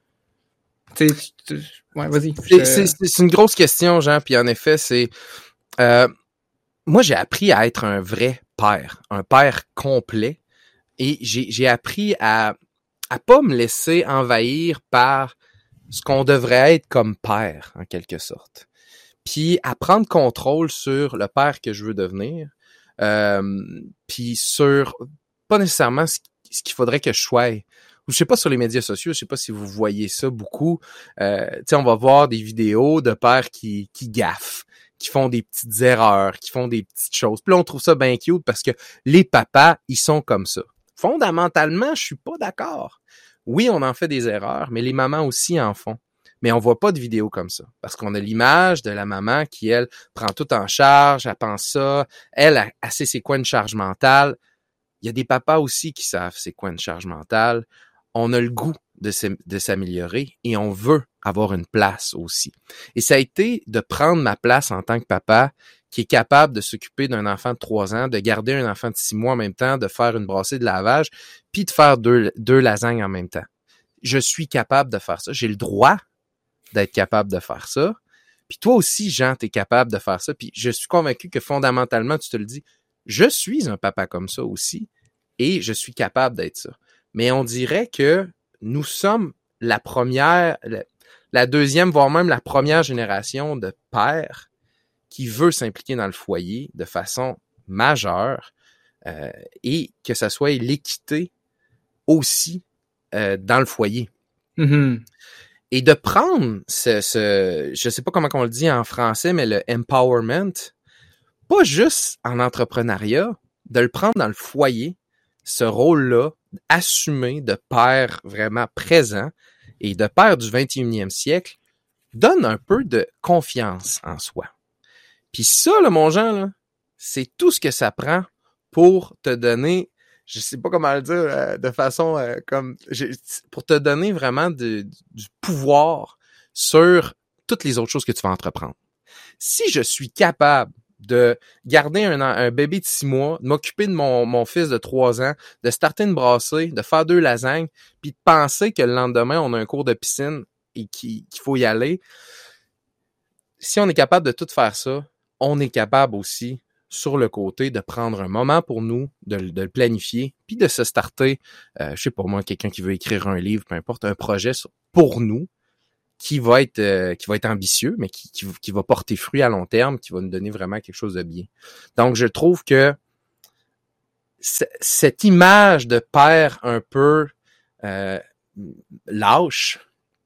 Ouais, vas-y. C'est une grosse question, Jean, puis en effet, c'est... moi, j'ai appris à être un vrai père, un père complet, et j'ai appris à pas me laisser envahir par ce qu'on devrait être comme père, en quelque sorte. Puis à prendre contrôle sur le père que je veux devenir, puis sur pas nécessairement ce qu'il faudrait que je sois je sais pas sur les médias sociaux, je sais pas si vous voyez ça beaucoup. Tu sais, on va voir des vidéos de pères qui gaffent, qui font des petites erreurs, qui font des petites choses. Puis là, on trouve ça bien cute parce que les papas, ils sont comme ça. Fondamentalement, je suis pas d'accord. Oui, on en fait des erreurs, mais les mamans aussi en font. Mais on voit pas de vidéos comme ça. Parce qu'on a l'image de la maman qui, elle, prend tout en charge, elle pense ça, elle sait c'est quoi une charge mentale. Il y a des papas aussi qui savent c'est quoi une charge mentale. On a le goût de s'améliorer et on veut avoir une place aussi. Et ça a été de prendre ma place en tant que papa qui est capable de s'occuper d'un enfant de 3 ans, de garder un enfant de 6 mois en même temps, de faire une brassée de lavage, puis de faire deux lasagnes en même temps. Je suis capable de faire ça. J'ai le droit d'être capable de faire ça. Puis toi aussi, Jean, t'es capable de faire ça. Puis je suis convaincu que fondamentalement, tu te le dis, je suis un papa comme ça aussi et je suis capable d'être ça. Mais on dirait que nous sommes la première, la deuxième, voire même la première génération de pères qui veut s'impliquer dans le foyer de façon majeure et que ça soit l'équité aussi dans le foyer. Mm-hmm. Et de prendre je sais pas comment on le dit en français, mais le empowerment, pas juste en entrepreneuriat, de le prendre dans le foyer, ce rôle-là, assumé de père vraiment présent et de père du 21e siècle, donne un peu de confiance en soi. Puis ça, là, mon Jean, là, c'est tout ce que ça prend pour te donner, je sais pas comment le dire, de façon pour te donner vraiment du pouvoir sur toutes les autres choses que tu vas entreprendre. Si je suis capable de garder un bébé de 6 mois, de m'occuper de mon fils de 3 ans, de starter une brassée, de faire 2 lasagnes, puis de penser que le lendemain, on a un cours de piscine et qu'il faut y aller. Si on est capable de tout faire ça, on est capable aussi, sur le côté, de prendre un moment pour nous, de le planifier, puis de se starter, je sais pas moi, quelqu'un qui veut écrire un livre, peu importe, un projet pour nous, qui va être ambitieux, mais qui va porter fruit à long terme, qui va nous donner vraiment quelque chose de bien. Donc, je trouve que cette image de père un peu lâche,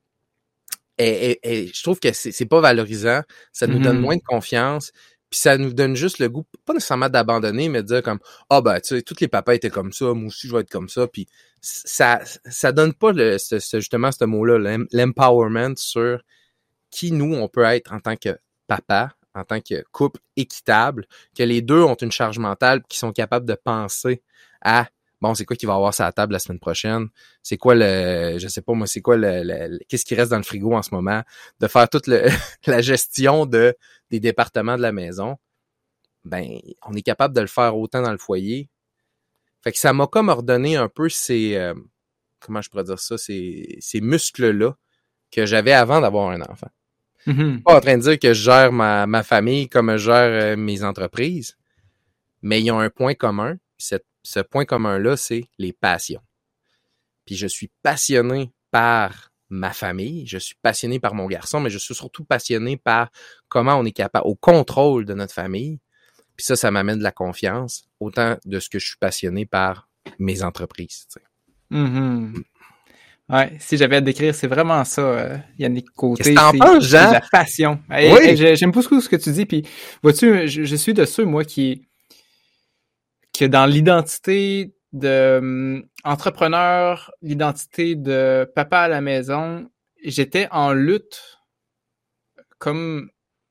je trouve que c'est pas valorisant, ça nous donne moins de confiance, puis ça nous donne juste le goût, pas nécessairement d'abandonner, mais de dire comme ben tu sais, tous les papas étaient comme ça, moi aussi je vais être comme ça, puis ça donne pas justement ce mot-là, l'empowerment sur qui nous on peut être en tant que papa, en tant que couple équitable, que les deux ont une charge mentale, qui sont capables de penser à bon, c'est quoi qu'il va y avoir sur la table la semaine prochaine? C'est quoi je sais pas moi, c'est quoi qu'est-ce qui reste dans le frigo en ce moment? De faire toute la gestion des départements de la maison. Ben, on est capable de le faire autant dans le foyer. Fait que ça m'a comme ordonné un peu comment je pourrais dire ça, ces muscles-là que j'avais avant d'avoir un enfant. Mm-hmm. Je suis pas en train de dire que je gère ma famille comme je gère mes entreprises, mais ils ont un point commun. Ce point commun-là, c'est les passions. Puis je suis passionné par ma famille, je suis passionné par mon garçon, mais je suis surtout passionné par comment on est capable, au contrôle de notre famille. Puis ça m'amène de la confiance, autant de ce que je suis passionné par mes entreprises. Tu sais. Mm-hmm. Ouais, si j'avais à décrire, c'est vraiment ça, Yannick Côté. Qu'est-ce que t'en penses, Jean? C'est de la passion. Oui. J'aime beaucoup ce que tu dis, puis vois-tu, je suis de ceux, moi, que dans l'identité de entrepreneur, l'identité de papa à la maison, j'étais en lutte comme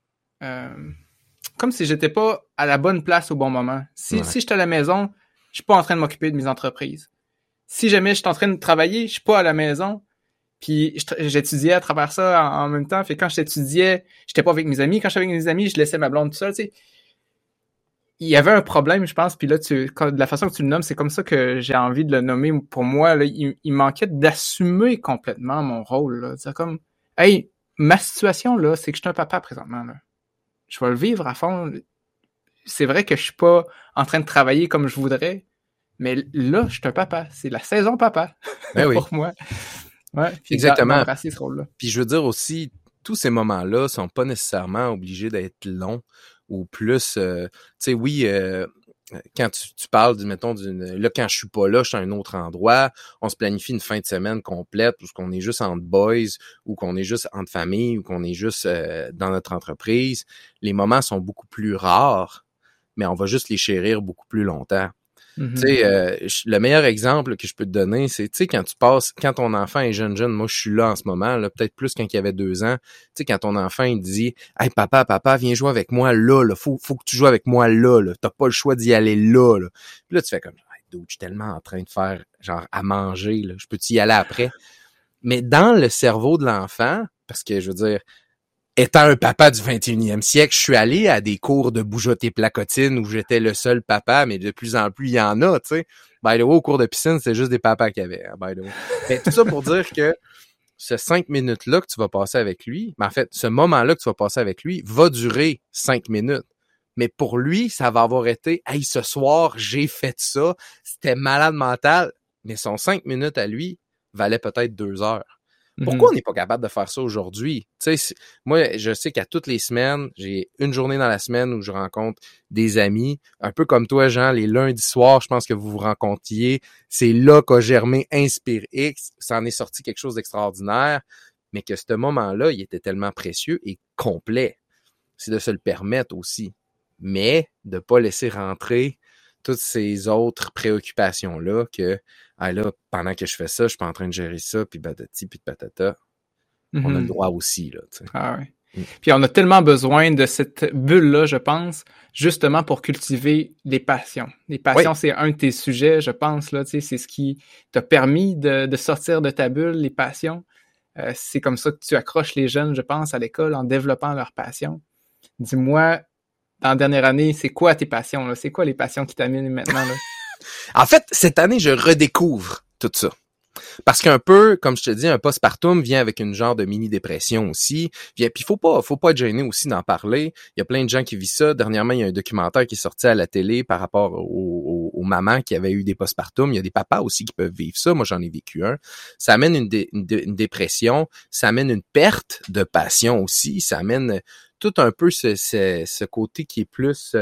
si j'étais pas à la bonne place au bon moment. Si j'étais à la maison, je suis pas en train de m'occuper de mes entreprises. Si jamais je suis en train de travailler, je suis pas à la maison. Puis j'étudiais à travers ça en même temps. Fait que quand j'étudiais, j'étais pas avec mes amis. Quand j'étais avec mes amis, je laissais ma blonde toute seule, tu sais. Il y avait un problème, je pense, puis là, de la façon que tu le nommes, c'est comme ça que j'ai envie de le nommer. Pour moi, là, il manquait d'assumer complètement mon rôle. Là. C'est comme, hey, ma situation, là, c'est que je suis un papa présentement. Là. Je vais le vivre à fond. C'est vrai que je suis pas en train de travailler comme je voudrais, mais là, je suis un papa. C'est la saison papa pour moi. Ouais, exactement. D'embrasser ce rôle-là. Puis je veux dire aussi, tous ces moments-là sont pas nécessairement obligés d'être longs ou plus, tu sais, oui, quand tu parles, mettons, là, quand je suis pas là, je suis à un autre endroit, on se planifie une fin de semaine complète où qu'on est juste entre boys, ou qu'on est juste entre famille, ou qu'on est juste dans notre entreprise. Les moments sont beaucoup plus rares, mais on va juste les chérir beaucoup plus longtemps. Tu sais, le meilleur exemple que je peux te donner, c'est, tu sais, quand ton enfant est jeune, moi, je suis là en ce moment, là, peut-être plus quand il avait 2 ans, tu sais, quand ton enfant, il dit, « Hey, papa, viens jouer avec moi là, faut que tu joues avec moi là, t'as pas le choix d'y aller là. » Puis là, tu fais comme, « Hey, dude, je suis tellement en train de faire, genre, à manger, là, je peux-tu y aller après? » Mais dans le cerveau de l'enfant, parce que, je veux dire, étant un papa du 21e siècle, je suis allé à des cours de bougeotte et placotine où j'étais le seul papa, mais de plus en plus, il y en a, tu sais. By the way, au cours de piscine, c'est juste des papas qu'il y avait, hein, by the way. Mais tout ça pour dire que ce 5 minutes-là que tu vas passer avec lui, mais en fait, ce moment-là que tu vas passer avec lui va durer 5 minutes. Mais pour lui, ça va avoir été, « Hey, ce soir, j'ai fait ça, c'était malade mental. » Mais son 5 minutes à lui valait peut-être 2 heures. Pourquoi on n'est pas capable de faire ça aujourd'hui? Tu sais, moi, je sais qu'à toutes les semaines, j'ai une journée dans la semaine où je rencontre des amis, un peu comme toi, Jean, les lundis soirs, je pense que vous vous rencontriez. C'est là qu'a germé Inspire X. Ça en est sorti quelque chose d'extraordinaire, mais que ce moment-là, il était tellement précieux et complet. C'est de se le permettre aussi, mais de pas laisser rentrer toutes ces autres préoccupations-là que, ah là, pendant que je fais ça, je suis pas en train de gérer ça, puis patati, puis patata. On a le droit aussi, là, tu sais. Ah ouais. Puis on a tellement besoin de cette bulle-là, je pense, justement pour cultiver les passions. Les passions, c'est un de tes sujets, je pense, là, tu sais, c'est ce qui t'a permis de sortir de ta bulle, les passions. C'est comme ça que tu accroches les jeunes, je pense, à l'école, en développant leurs passions. Dis-moi, dans la dernière année, c'est quoi tes passions, là? C'est quoi les passions qui t'amènent maintenant, là? En fait, cette année, je redécouvre tout ça. Parce qu'un peu, comme je te dis, un postpartum vient avec une genre de mini-dépression aussi. Puis faut pas être gêné aussi d'en parler. Il y a plein de gens qui vivent ça. Dernièrement, il y a un documentaire qui est sorti à la télé par rapport aux mamans qui avaient eu des postpartums. Il y a des papas aussi qui peuvent vivre ça. Moi, j'en ai vécu un. Ça amène une dépression. Ça amène une perte de passion aussi. Ça amène tout un peu ce côté qui est plus...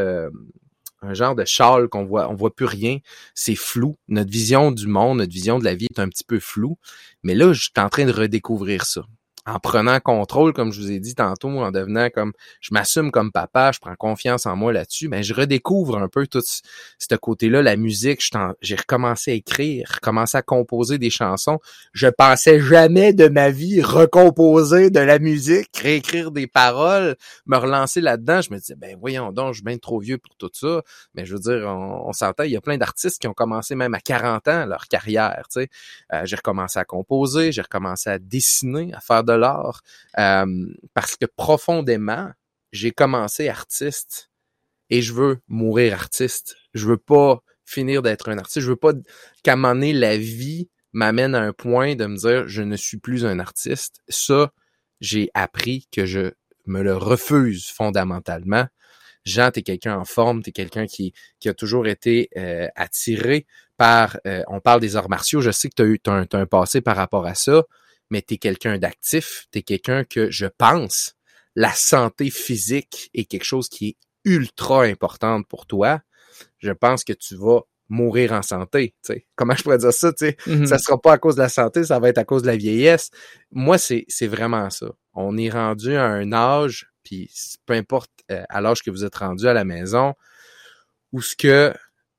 un genre de châle on voit plus rien, c'est flou. Notre vision du monde, notre vision de la vie est un petit peu floue. Mais là, je suis en train de redécouvrir ça. En prenant contrôle, comme je vous ai dit tantôt, en devenant comme, je m'assume comme papa, je prends confiance en moi là-dessus, mais je redécouvre un peu tout ce côté-là, la musique, j'ai recommencé à écrire, recommencé à composer des chansons. Je pensais jamais de ma vie recomposer de la musique, réécrire des paroles, me relancer là-dedans. Je me disais, ben voyons donc, je suis bien trop vieux pour tout ça. Mais je veux dire, on s'entend, il y a plein d'artistes qui ont commencé même à 40 ans leur carrière, tu sais. J'ai recommencé à composer, j'ai recommencé à dessiner, à faire de l'art, parce que profondément, j'ai commencé artiste et je veux mourir artiste. Je veux pas finir d'être un artiste. Je veux pas qu'à un moment donné, la vie m'amène à un point de me dire je ne suis plus un artiste. Ça, j'ai appris que je me le refuse fondamentalement. Jean, t'es quelqu'un en forme, t'es quelqu'un qui a toujours été attiré par... on parle des arts martiaux, je sais que t'as un passé par rapport à ça, mais t'es quelqu'un d'actif, t'es quelqu'un que je pense, la santé physique est quelque chose qui est ultra importante pour toi. Je pense que tu vas mourir en santé, tu sais. Comment je pourrais dire ça, tu sais? Ça sera pas à cause de la santé, ça va être à cause de la vieillesse. Moi, c'est vraiment ça. On est rendu à un âge, puis peu importe à l'âge que vous êtes rendu à la maison, où ce que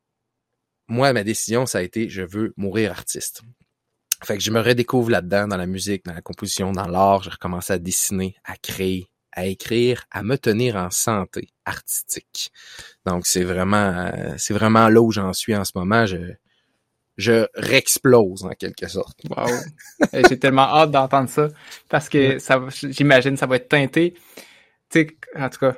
moi, ma décision, ça a été, je veux mourir artiste. Fait que je me redécouvre là-dedans, dans la musique, dans la composition, dans l'art. J'ai recommencé à dessiner, à créer, à écrire, à me tenir en santé artistique. Donc, c'est vraiment là où j'en suis en ce moment. Je réexplose, en quelque sorte. Wow! J'ai tellement hâte d'entendre ça, parce que j'imagine, ça va être teinté. Tu sais, en tout cas,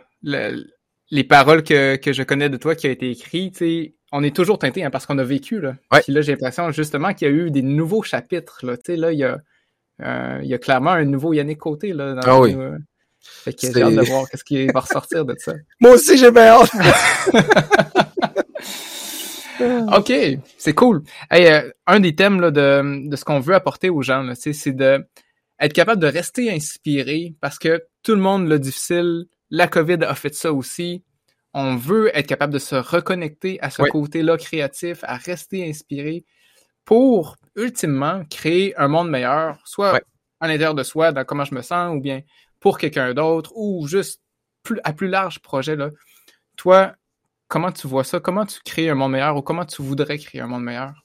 les paroles que je connais de toi qui a été écrites, tu sais, on est toujours teinté, hein, parce qu'on a vécu, là. Ouais. Puis là, j'ai l'impression, justement, qu'il y a eu des nouveaux chapitres, là. Tu sais, là, il y a clairement un nouveau Yannick Côté, là. Oui. Fait que j'ai hâte de voir qu'est-ce qui va ressortir de ça. Moi aussi, j'ai bien hâte! OK, c'est cool. Hey, un des thèmes là, de ce qu'on veut apporter aux gens, là, c'est de être capable de rester inspiré, parce que tout le monde l'a difficile. La COVID a fait ça aussi. on veut être capable de se reconnecter à ce côté-là créatif, à rester inspiré pour, ultimement, créer un monde meilleur, soit à l'intérieur de soi, dans comment je me sens, ou bien pour quelqu'un d'autre, ou juste à plus large projet, là. Toi, comment tu vois ça? Comment tu crées un monde meilleur ou comment tu voudrais créer un monde meilleur?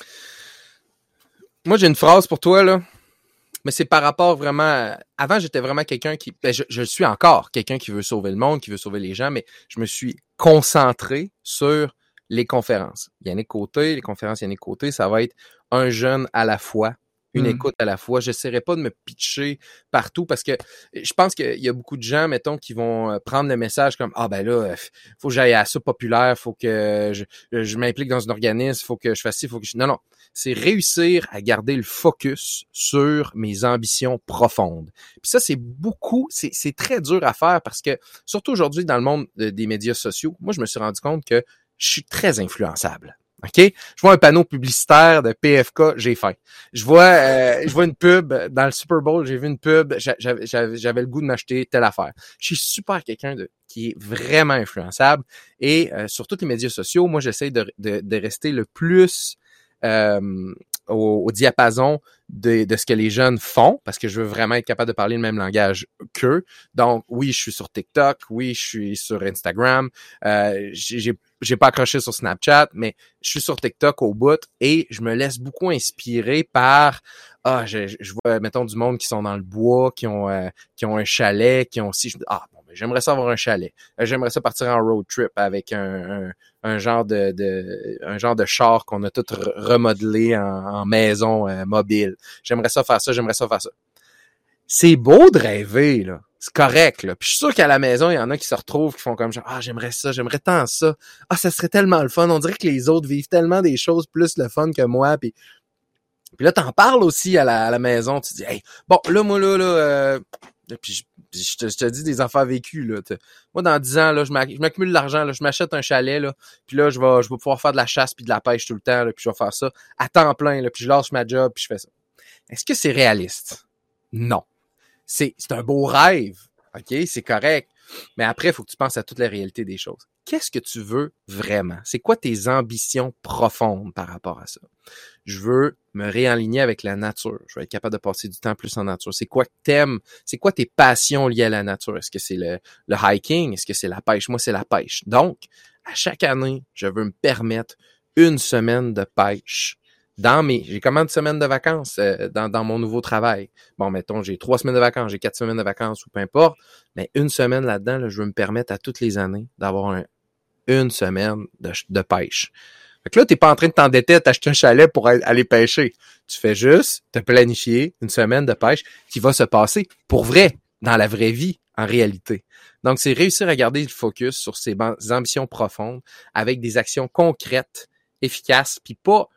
Moi, j'ai une phrase pour toi, là. Mais c'est par rapport vraiment... Avant, j'étais vraiment quelqu'un qui... je suis encore quelqu'un qui veut sauver le monde, qui veut sauver les gens, mais je me suis concentré sur les conférences. Yannick Côté, les conférences Yannick Côté, ça va être un jeune à la fois, une écoute à la fois. J'essaierai pas de me pitcher partout parce que je pense qu'il y a beaucoup de gens, mettons, qui vont prendre le message comme « Ah ben là, faut que j'aille à ça populaire, faut que je m'implique dans un organisme, faut que je fasse ci, faut que je... » Non, c'est réussir à garder le focus sur mes ambitions profondes. Puis ça, c'est très dur à faire parce que, surtout aujourd'hui dans le monde des médias sociaux, moi, je me suis rendu compte que je suis très influençable. OK? Je vois un panneau publicitaire de PFK, j'ai faim. Je vois une pub dans le Super Bowl, j'ai vu une pub, j'avais le goût de m'acheter telle affaire. Je suis super quelqu'un qui est vraiment influençable et sur tous les médias sociaux, moi j'essaie de rester le plus au diapason de ce que les jeunes font, parce que je veux vraiment être capable de parler le même langage qu'eux. Donc, oui, je suis sur TikTok, oui, je suis sur Instagram, j'ai pas accroché sur Snapchat, mais je suis sur TikTok au bout et je me laisse beaucoup inspirer par je vois, mettons, du monde qui sont dans le bois, qui ont un chalet, qui ont aussi... j'aimerais ça avoir un chalet. J'aimerais ça partir en road trip avec un genre de char qu'on a tout remodelé en maison mobile. J'aimerais ça faire ça. C'est beau de rêver, là. C'est correct, là. Puis je suis sûr qu'à la maison, il y en a qui se retrouvent, qui font comme genre, j'aimerais ça, j'aimerais tant ça. Ça serait tellement le fun. On dirait que les autres vivent tellement des choses plus le fun que moi. Puis là, t'en parles aussi à la maison. Tu dis, hey, bon, là, moi, là, puis je te dis des affaires vécues, là. Moi, dans 10 ans, là, je m'accumule de l'argent, là, je m'achète un chalet, là, puis là, je vais pouvoir faire de la chasse puis de la pêche tout le temps, là, puis je vais faire ça à temps plein, là, puis je lâche ma job, puis je fais ça. Est-ce que c'est réaliste? Non. C'est un beau rêve, OK? C'est correct. Mais après, il faut que tu penses à toute la réalité des choses. Qu'est-ce que tu veux vraiment? C'est quoi tes ambitions profondes par rapport à ça? Je veux me réaligner avec la nature. Je veux être capable de passer du temps plus en nature. C'est quoi que t'aimes? C'est quoi tes passions liées à la nature? Est-ce que c'est le hiking? Est-ce que c'est la pêche? Moi, c'est la pêche. Donc, à chaque année, je veux me permettre une semaine de pêche. J'ai combien de semaines de vacances dans mon nouveau travail? Bon, mettons, j'ai 3 semaines de vacances, j'ai 4 semaines de vacances ou peu importe. Mais une semaine là-dedans, là, je veux me permettre à toutes les années d'avoir une semaine de pêche. Fait que là, t'es pas en train de t'endetter à t'acheter un chalet pour aller pêcher. Tu fais juste te planifier une semaine de pêche qui va se passer pour vrai, dans la vraie vie, en réalité. Donc, c'est réussir à garder le focus sur ses ambitions profondes avec des actions concrètes, efficaces, puis pas...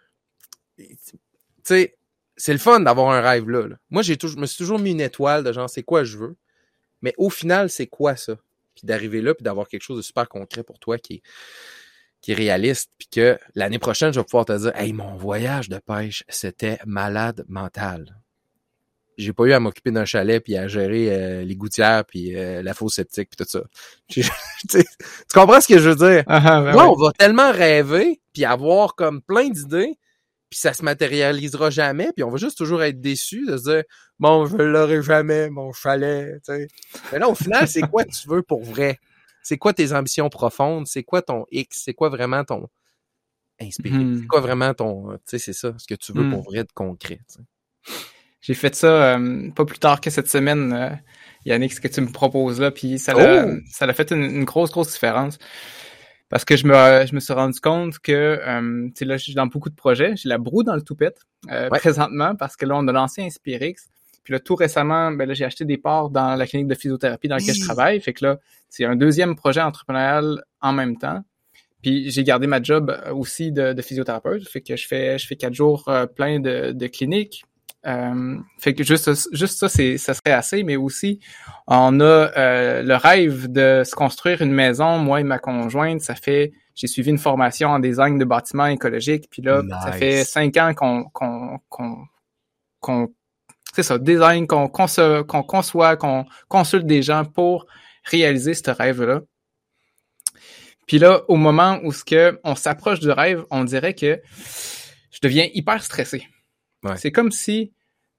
Tu sais, c'est le fun d'avoir un rêve là. Moi, je me suis toujours mis une étoile de genre, c'est quoi je veux? Mais au final, c'est quoi ça? Puis d'arriver là, puis d'avoir quelque chose de super concret pour toi qui est réaliste, puis que l'année prochaine, je vais pouvoir te dire « Hey, mon voyage de pêche, c'était malade mental. » J'ai pas eu à m'occuper d'un chalet, puis à gérer les gouttières, puis la fosse septique, puis tout ça. Tu comprends ce que je veux dire? Là, on va tellement rêver, puis avoir comme plein d'idées, puis ça se matérialisera jamais, puis on va juste toujours être déçu de se dire « Bon, je l'aurai jamais, mon chalet. » Mais là, au final, c'est quoi tu veux pour vrai? C'est quoi tes ambitions profondes? C'est quoi ton X? C'est quoi vraiment ton inspiré? C'est quoi vraiment ton... Tu sais, c'est ça, ce que tu veux pour vrai de concret. T'sais. J'ai fait ça pas plus tard que cette semaine, Yannick, ce que tu me proposes là, puis ça l'a fait une grosse différence. Parce que je me suis rendu compte que, tu sais, là, je suis dans beaucoup de projets. J'ai la broue dans le toupette présentement, parce que là, on a lancé Inspirix. Puis là, tout récemment, ben là, j'ai acheté des parts dans la clinique de physiothérapie dans laquelle je travaille. Fait que là, c'est un deuxième projet entrepreneurial en même temps. Puis j'ai gardé ma job aussi de physiothérapeute. Fait que je fais 4 jours plein de cliniques. Fait que juste ça, ça serait assez, mais aussi on a le rêve de se construire une maison, moi et ma conjointe. J'ai suivi une formation en design de bâtiments écologiques, puis là, ça fait 5 ans qu'on c'est ça, design, qu'on conçoit, qu'on consulte des gens pour réaliser ce rêve-là. Puis là, au moment où on s'approche du rêve, on dirait que je deviens hyper stressé. Ouais. C'est comme si,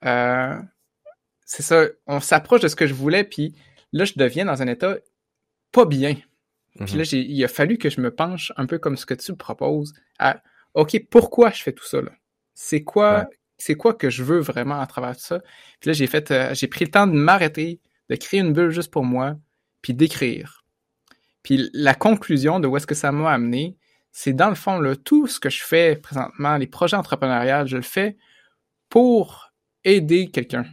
c'est ça, on s'approche de ce que je voulais, puis là, je deviens dans un état pas bien. Puis là, il a fallu que je me penche un peu comme ce que tu proposes à, OK, pourquoi je fais tout ça, là? C'est quoi que je veux vraiment à travers tout ça? Puis là, j'ai pris le temps de m'arrêter, de créer une bulle juste pour moi, puis d'écrire. Puis la conclusion de où est-ce que ça m'a amené, c'est dans le fond, là, tout ce que je fais présentement, les projets entrepreneuriaux, je le fais pour aider quelqu'un.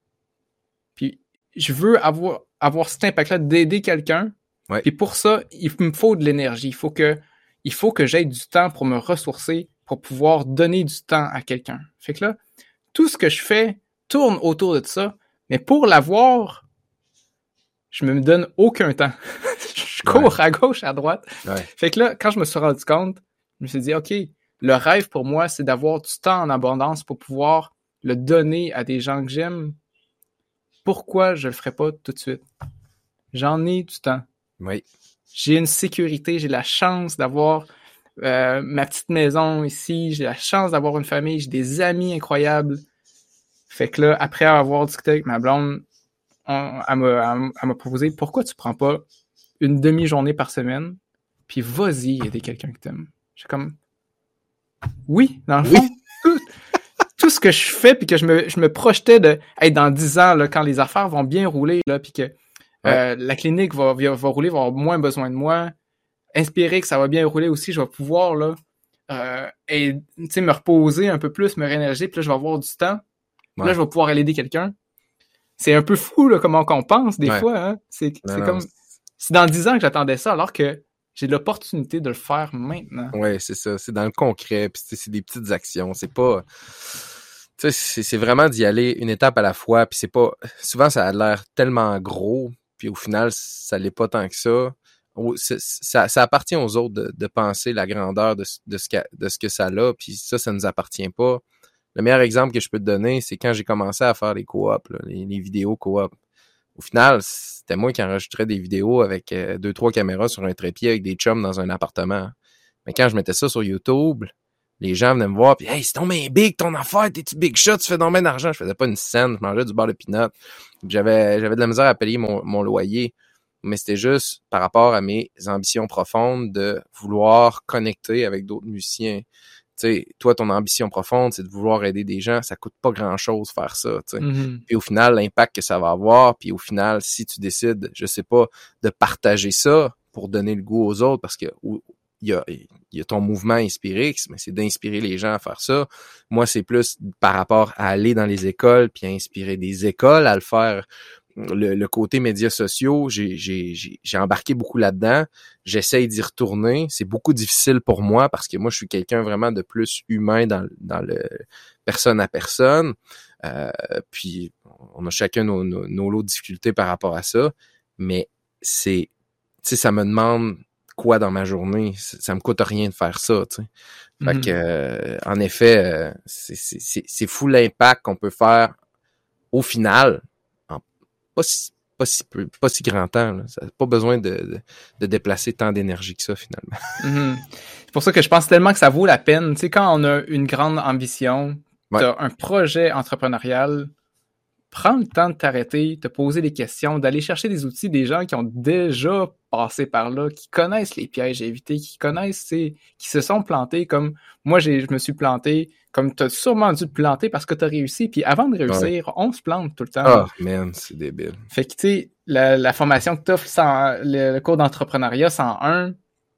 Puis je veux avoir cet impact-là d'aider quelqu'un. Ouais. Puis pour ça, il me faut de l'énergie. Il faut que j'aie du temps pour me ressourcer, pour pouvoir donner du temps à quelqu'un. Fait que là, tout ce que je fais tourne autour de ça, mais pour l'avoir, je me donne aucun temps. Je cours à gauche, à droite. Ouais. Fait que là, quand je me suis rendu compte, je me suis dit, OK, le rêve pour moi, c'est d'avoir du temps en abondance pour pouvoir le donner à des gens que j'aime. Pourquoi je le ferais pas tout de suite? J'en ai du temps. Oui. J'ai une sécurité, j'ai la chance d'avoir ma petite maison ici, j'ai la chance d'avoir une famille, j'ai des amis incroyables. Fait que là, après avoir discuté avec ma blonde, elle m'a proposé, pourquoi tu prends pas une demi-journée par semaine, puis vas-y aider quelqu'un que t'aimes. J'ai comme, oui, dans le fond, tout ce que je fais, puis que je me projetais de être dans 10 ans, là, quand les affaires vont bien rouler, là, puis que la clinique va rouler, va avoir moins besoin de moi, inspirer que ça va bien rouler aussi, je vais pouvoir là, et tu sais, me reposer un peu plus, me réénergiser, puis là, je vais avoir du temps. Ouais. Là, je vais pouvoir aller aider quelqu'un. C'est un peu fou, là, comment qu'on pense des fois. Hein? C'est comme... C'est dans 10 ans que j'attendais ça, alors que j'ai l'opportunité de le faire maintenant. Oui, c'est ça. C'est dans le concret, puis c'est des petites actions. C'est pas... Tu sais, c'est vraiment d'y aller une étape à la fois, puis c'est pas... Souvent, ça a l'air tellement gros, puis au final, ça l'est pas tant que ça. Ça appartient aux autres de penser la grandeur de ce que ça a, puis ça nous appartient pas. Le meilleur exemple que je peux te donner, c'est quand j'ai commencé à faire les coops, là, les vidéos coop. Au final, c'était moi qui enregistrais des vidéos avec 2-3 caméras sur un trépied avec des chums dans un appartement. Mais quand je mettais ça sur YouTube, les gens venaient me voir, puis hey, c'est ton main big ton affaire, t'es-tu big shot, tu fais donc bien d'argent. Je faisais pas une scène, je mangeais du beurre de peanut. J'avais de la misère à payer mon loyer. Mais c'était juste par rapport à mes ambitions profondes de vouloir connecter avec d'autres musiciens. Tu sais, toi, ton ambition profonde, c'est de vouloir aider des gens. Ça coûte pas grand-chose faire ça, tu sais. Mm-hmm. Puis au final, l'impact que ça va avoir, puis au final, si tu décides, je sais pas, de partager ça pour donner le goût aux autres, parce que il y a ton mouvement Inspirix, mais c'est d'inspirer les gens à faire ça. Moi, c'est plus par rapport à aller dans les écoles, puis à inspirer des écoles à le faire. Le côté médias sociaux, j'ai embarqué beaucoup là-dedans. J'essaye d'y retourner. C'est beaucoup difficile pour moi parce que moi, je suis quelqu'un vraiment de plus humain dans le personne à personne. Puis, on a chacun nos lots de difficultés par rapport à ça. Mais tu sais, ça me demande quoi dans ma journée. Ça me coûte rien de faire ça, tu sais. Fait que, en effet, c'est fou l'impact qu'on peut faire au final. Pas si grand temps. Là. Ça n'a pas besoin de déplacer tant d'énergie que ça, finalement. C'est pour ça que je pense tellement que ça vaut la peine. Tu sais, quand on a une grande ambition, t'as un projet entrepreneurial, prends le temps de t'arrêter, te poser des questions, d'aller chercher des outils des gens qui ont déjà passé par là, qui connaissent les pièges à éviter, qui connaissent, qui se sont plantés comme moi, je me suis planté, comme tu as sûrement dû te planter parce que tu as réussi. Puis avant de réussir, on se plante tout le temps. Ah, man, c'est débile. Fait que, tu sais, la formation que tu offres, le cours d'entrepreneuriat 101,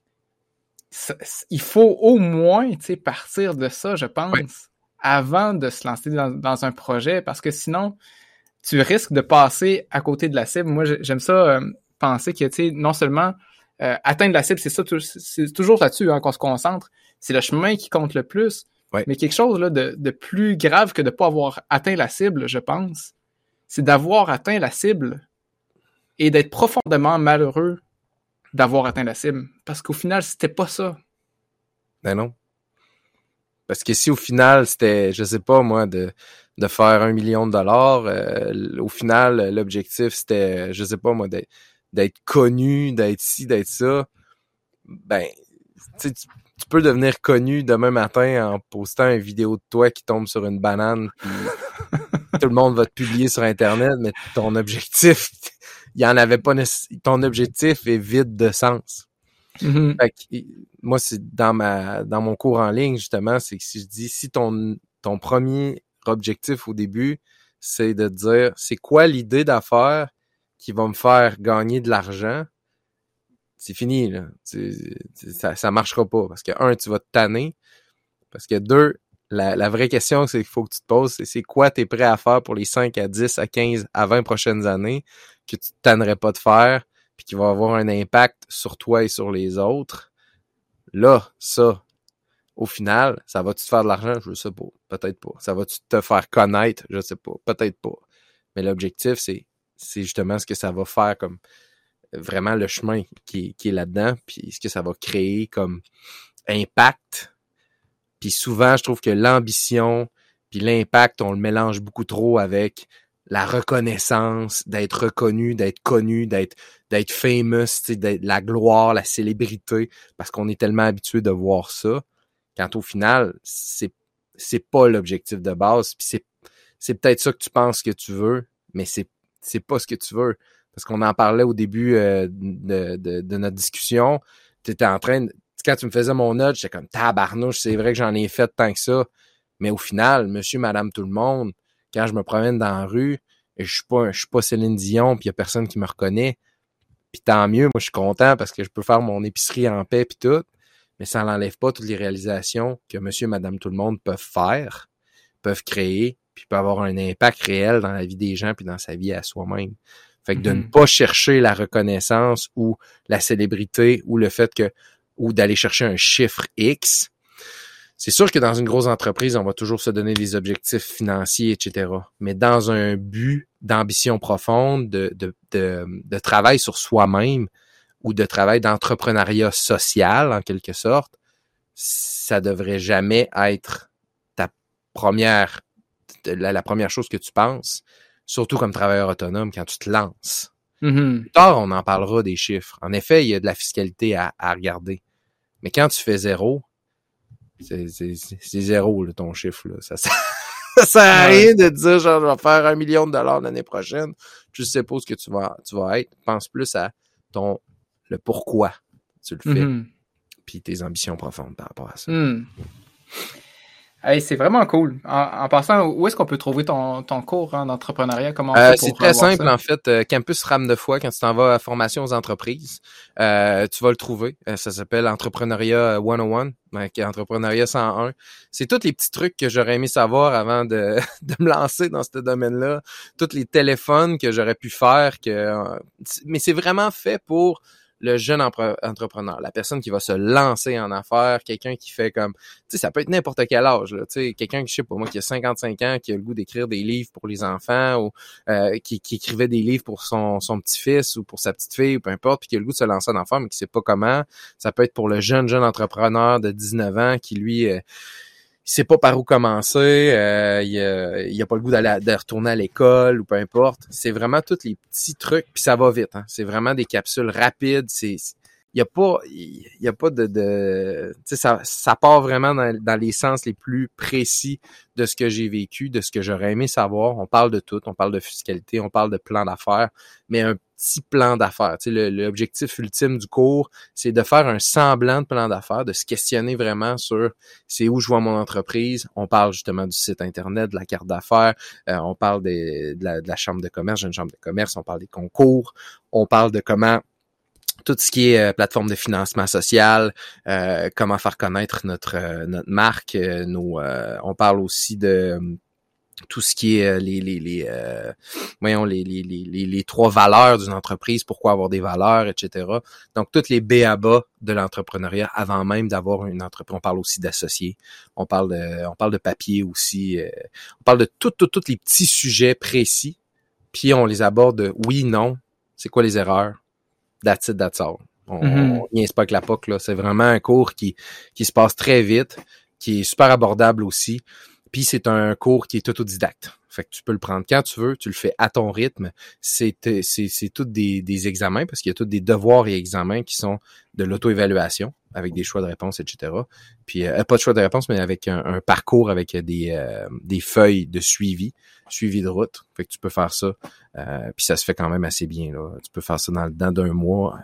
il faut au moins, tu sais, partir de ça, je pense, avant de se lancer dans un projet, parce que sinon, tu risques de passer à côté de la cible. Moi, j'aime ça penser que, tu sais, non seulement atteindre la cible, c'est toujours là-dessus qu'on se concentre. C'est le chemin qui compte le plus. Mais quelque chose là, de plus grave que de ne pas avoir atteint la cible, je pense, c'est d'avoir atteint la cible et d'être profondément malheureux d'avoir atteint la cible. Parce qu'au final, c'était pas ça. Ben non. Parce que si au final, c'était, je sais pas moi, de faire 1 million de dollars, au final, l'objectif, c'était, je sais pas moi, d'être connu, d'être ci, d'être ça. ben, tu sais, tu peux devenir connu demain matin en postant une vidéo de toi qui tombe sur une banane, puis tout le monde va te publier sur Internet, mais ton objectif, il y en avait pas ton objectif est vide de sens. Mhm. Fait que, moi, c'est dans mon cours en ligne, justement, c'est que si je dis, si ton premier objectif au début, c'est de te dire, c'est quoi l'idée d'affaires qui va me faire gagner de l'argent, c'est fini, là. Ça marchera pas. Parce que, un, tu vas te tanner. Parce que, deux, la vraie question, c'est qu'il faut que tu te poses, c'est quoi t'es prêt à faire pour les 5 à 10 à 15 à 20 prochaines années que tu te tannerais pas de faire puis qui va avoir un impact sur toi et sur les autres. Là, ça, au final, ça va-tu te faire de l'argent? Je sais pas. Peut-être pas. Ça va-tu te faire connaître? Je sais pas. Peut-être pas. Mais l'objectif, c'est justement ce que ça va faire comme vraiment le chemin qui est là-dedans, puis ce que ça va créer comme impact. Puis souvent, je trouve que l'ambition puis l'impact, on le mélange beaucoup trop avec la reconnaissance, d'être reconnu, d'être connu, d'être famous, d'être la gloire, la célébrité, parce qu'on est tellement habitué de voir ça, quand au final, c'est pas l'objectif de base, puis c'est peut-être ça que tu penses que tu veux, mais c'est pas ce que tu veux. Parce qu'on en parlait au début de notre discussion. T'étais en train quand tu me faisais mon note, j'étais comme tabarnouche, c'est vrai que j'en ai fait tant que ça. Mais au final, monsieur, madame, tout le monde, quand je me promène dans la rue, je suis pas Céline Dion, puis il y a personne qui me reconnaît. Puis tant mieux, moi je suis content parce que je peux faire mon épicerie en paix puis tout. Mais ça n'enlève pas toutes les réalisations que monsieur, madame, tout le monde peuvent faire, peuvent créer, puis peuvent avoir un impact réel dans la vie des gens puis dans sa vie à soi-même. Fait que de ne pas chercher la reconnaissance ou la célébrité ou le fait que ou d'aller chercher un chiffre X. C'est sûr que dans une grosse entreprise, on va toujours se donner des objectifs financiers, etc. Mais dans un but d'ambition profonde, de travail sur soi-même ou de travail d'entrepreneuriat social, en quelque sorte, ça devrait jamais être la première chose que tu penses, surtout comme travailleur autonome quand tu te lances. Mm-hmm. Plus tard, on en parlera des chiffres. En effet, il y a de la fiscalité à regarder. Mais quand tu fais zéro, c'est zéro, là, ton chiffre. Là. Ça sert à rien de dire genre je vais faire 1 million de dollars l'année prochaine. Tu sais pas ce que tu vas être. Pense plus à le pourquoi tu le fais. Mm-hmm. Puis tes ambitions profondes par rapport à ça. Mm. Hey, c'est vraiment cool. En passant, où est-ce qu'on peut trouver ton cours d'entrepreneuriat? Comment on fait pour c'est très simple, ça? en fait. Campus Rame de Foi, quand tu t'en vas à formation aux entreprises, tu vas le trouver. Ça s'appelle Entrepreneuriat 101, donc Entrepreneuriat 101. C'est tous les petits trucs que j'aurais aimé savoir avant de me lancer dans ce domaine-là. Tous les téléphones que j'aurais pu faire. Mais c'est vraiment fait pour le jeune entrepreneur, la personne qui va se lancer en affaires, quelqu'un qui fait comme, tu sais, ça peut être n'importe quel âge, là, tu sais, quelqu'un qui, je sais pas moi, qui a 55 ans, qui a le goût d'écrire des livres pour les enfants, ou qui écrivait des livres pour son petit-fils ou pour sa petite-fille, ou peu importe, puis qui a le goût de se lancer en affaires, mais qui sait pas comment. Ça peut être pour le jeune entrepreneur de 19 ans qui, lui, il sait pas par où commencer, il a pas le goût de retourner à l'école ou peu importe. C'est vraiment tous les petits trucs, puis ça va vite. Hein. C'est vraiment des capsules rapides. Il y a pas de tu sais, ça part vraiment dans les sens les plus précis de ce que j'ai vécu, de ce que j'aurais aimé savoir. On parle de tout, on parle de fiscalité, on parle de plan d'affaires, mais un petit plan d'affaires. Tu sais, l'objectif ultime du cours, c'est de faire un semblant de plan d'affaires, de se questionner vraiment sur c'est où je vois mon entreprise. On parle justement du site internet, de la carte d'affaires, on parle de la chambre de commerce, j'ai une chambre de commerce, on parle des concours, on parle de comment tout ce qui est plateforme de financement social, comment faire connaître notre marque, on parle aussi de tout ce qui est les 3 valeurs d'une entreprise, pourquoi avoir des valeurs, etc. Donc, toutes les B.A.B.A. de l'entrepreneuriat avant même d'avoir une entreprise. On parle aussi d'associés. On parle de papier aussi. On parle de tous les petits sujets précis. Puis, on les aborde oui, non. C'est quoi les erreurs? That's it, that's all. On niaise pas avec la POC, là. C'est vraiment un cours qui se passe très vite, qui est super abordable aussi. Puis c'est un cours qui est autodidacte. Fait que tu peux le prendre quand tu veux, tu le fais à ton rythme. C'est tous des examens, parce qu'il y a tous des devoirs et examens qui sont de l'auto-évaluation, avec des choix de réponse, etc. Puis pas de choix de réponse, mais avec un parcours avec des feuilles de suivi de route. Fait que tu peux faire ça. Puis ça se fait quand même assez bien, là. Tu peux faire ça dans d'un mois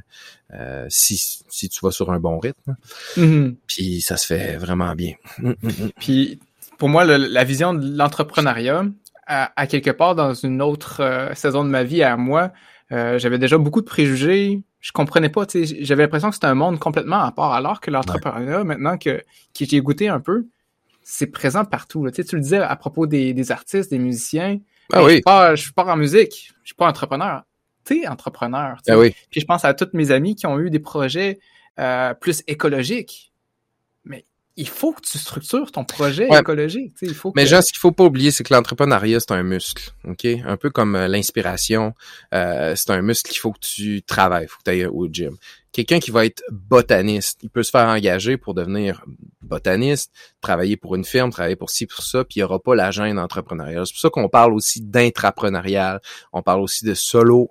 si tu vas sur un bon rythme. Mhm. Puis ça se fait vraiment bien. Puis pour moi, la vision de l'entrepreneuriat, à quelque part dans une autre saison de ma vie à moi, j'avais déjà beaucoup de préjugés. Je comprenais pas, tu sais, j'avais l'impression que c'était un monde complètement à part, alors que l'entrepreneuriat, maintenant que j'ai goûté un peu, c'est présent partout, là. Tu sais, tu le disais à propos des artistes, des musiciens. Ah oui. Je suis pas en musique, je suis pas entrepreneur. T'es entrepreneur. Tu sais. Ah oui. Puis je pense à tous mes amis qui ont eu des projets plus écologiques. Mais il faut que tu structures ton projet écologique. Tu sais, Mais Jean, ce qu'il faut pas oublier, c'est que l'entrepreneuriat, c'est un muscle. OK? Un peu comme l'inspiration, c'est un muscle qu'il faut que tu travailles, il faut que tu ailles au gym. Quelqu'un qui va être botaniste, il peut se faire engager pour devenir botaniste, travailler pour une firme, travailler pour ci, pour ça, puis il n'y aura pas la gêne entrepreneuriale. C'est pour ça qu'on parle aussi d'intrapreneurial, on parle aussi de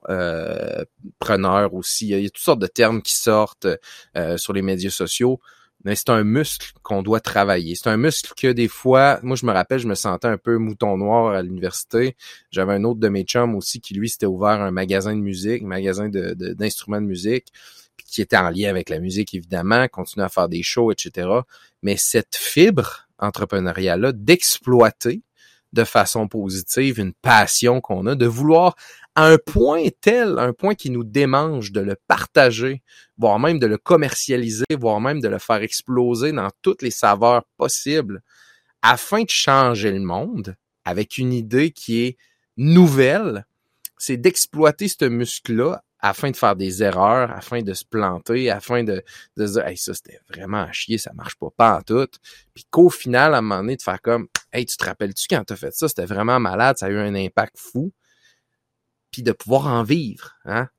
solo-preneur aussi. Il y a toutes sortes de termes qui sortent sur les médias sociaux. Mais c'est un muscle qu'on doit travailler. C'est un muscle que des fois, moi je me rappelle, je me sentais un peu mouton noir à l'université. J'avais un autre de mes chums aussi qui lui s'était ouvert un magasin de musique, un magasin d'instruments de musique, puis qui était en lien avec la musique évidemment, continuait à faire des shows, etc. Mais cette fibre entrepreneuriale-là, d'exploiter de façon positive une passion qu'on a, de vouloir à un point qui nous démange de le partager, voire même de le commercialiser, voire même de le faire exploser dans toutes les saveurs possibles, afin de changer le monde avec une idée qui est nouvelle, c'est d'exploiter ce muscle-là afin de faire des erreurs, afin de se planter, afin de se dire « Hey, ça, c'était vraiment à chier, ça marche pas en tout. » Puis qu'au final, à un moment donné, de faire comme « Hey, tu te rappelles-tu quand t'as fait ça? C'était vraiment malade, ça a eu un impact fou. » Puis de pouvoir en vivre, hein.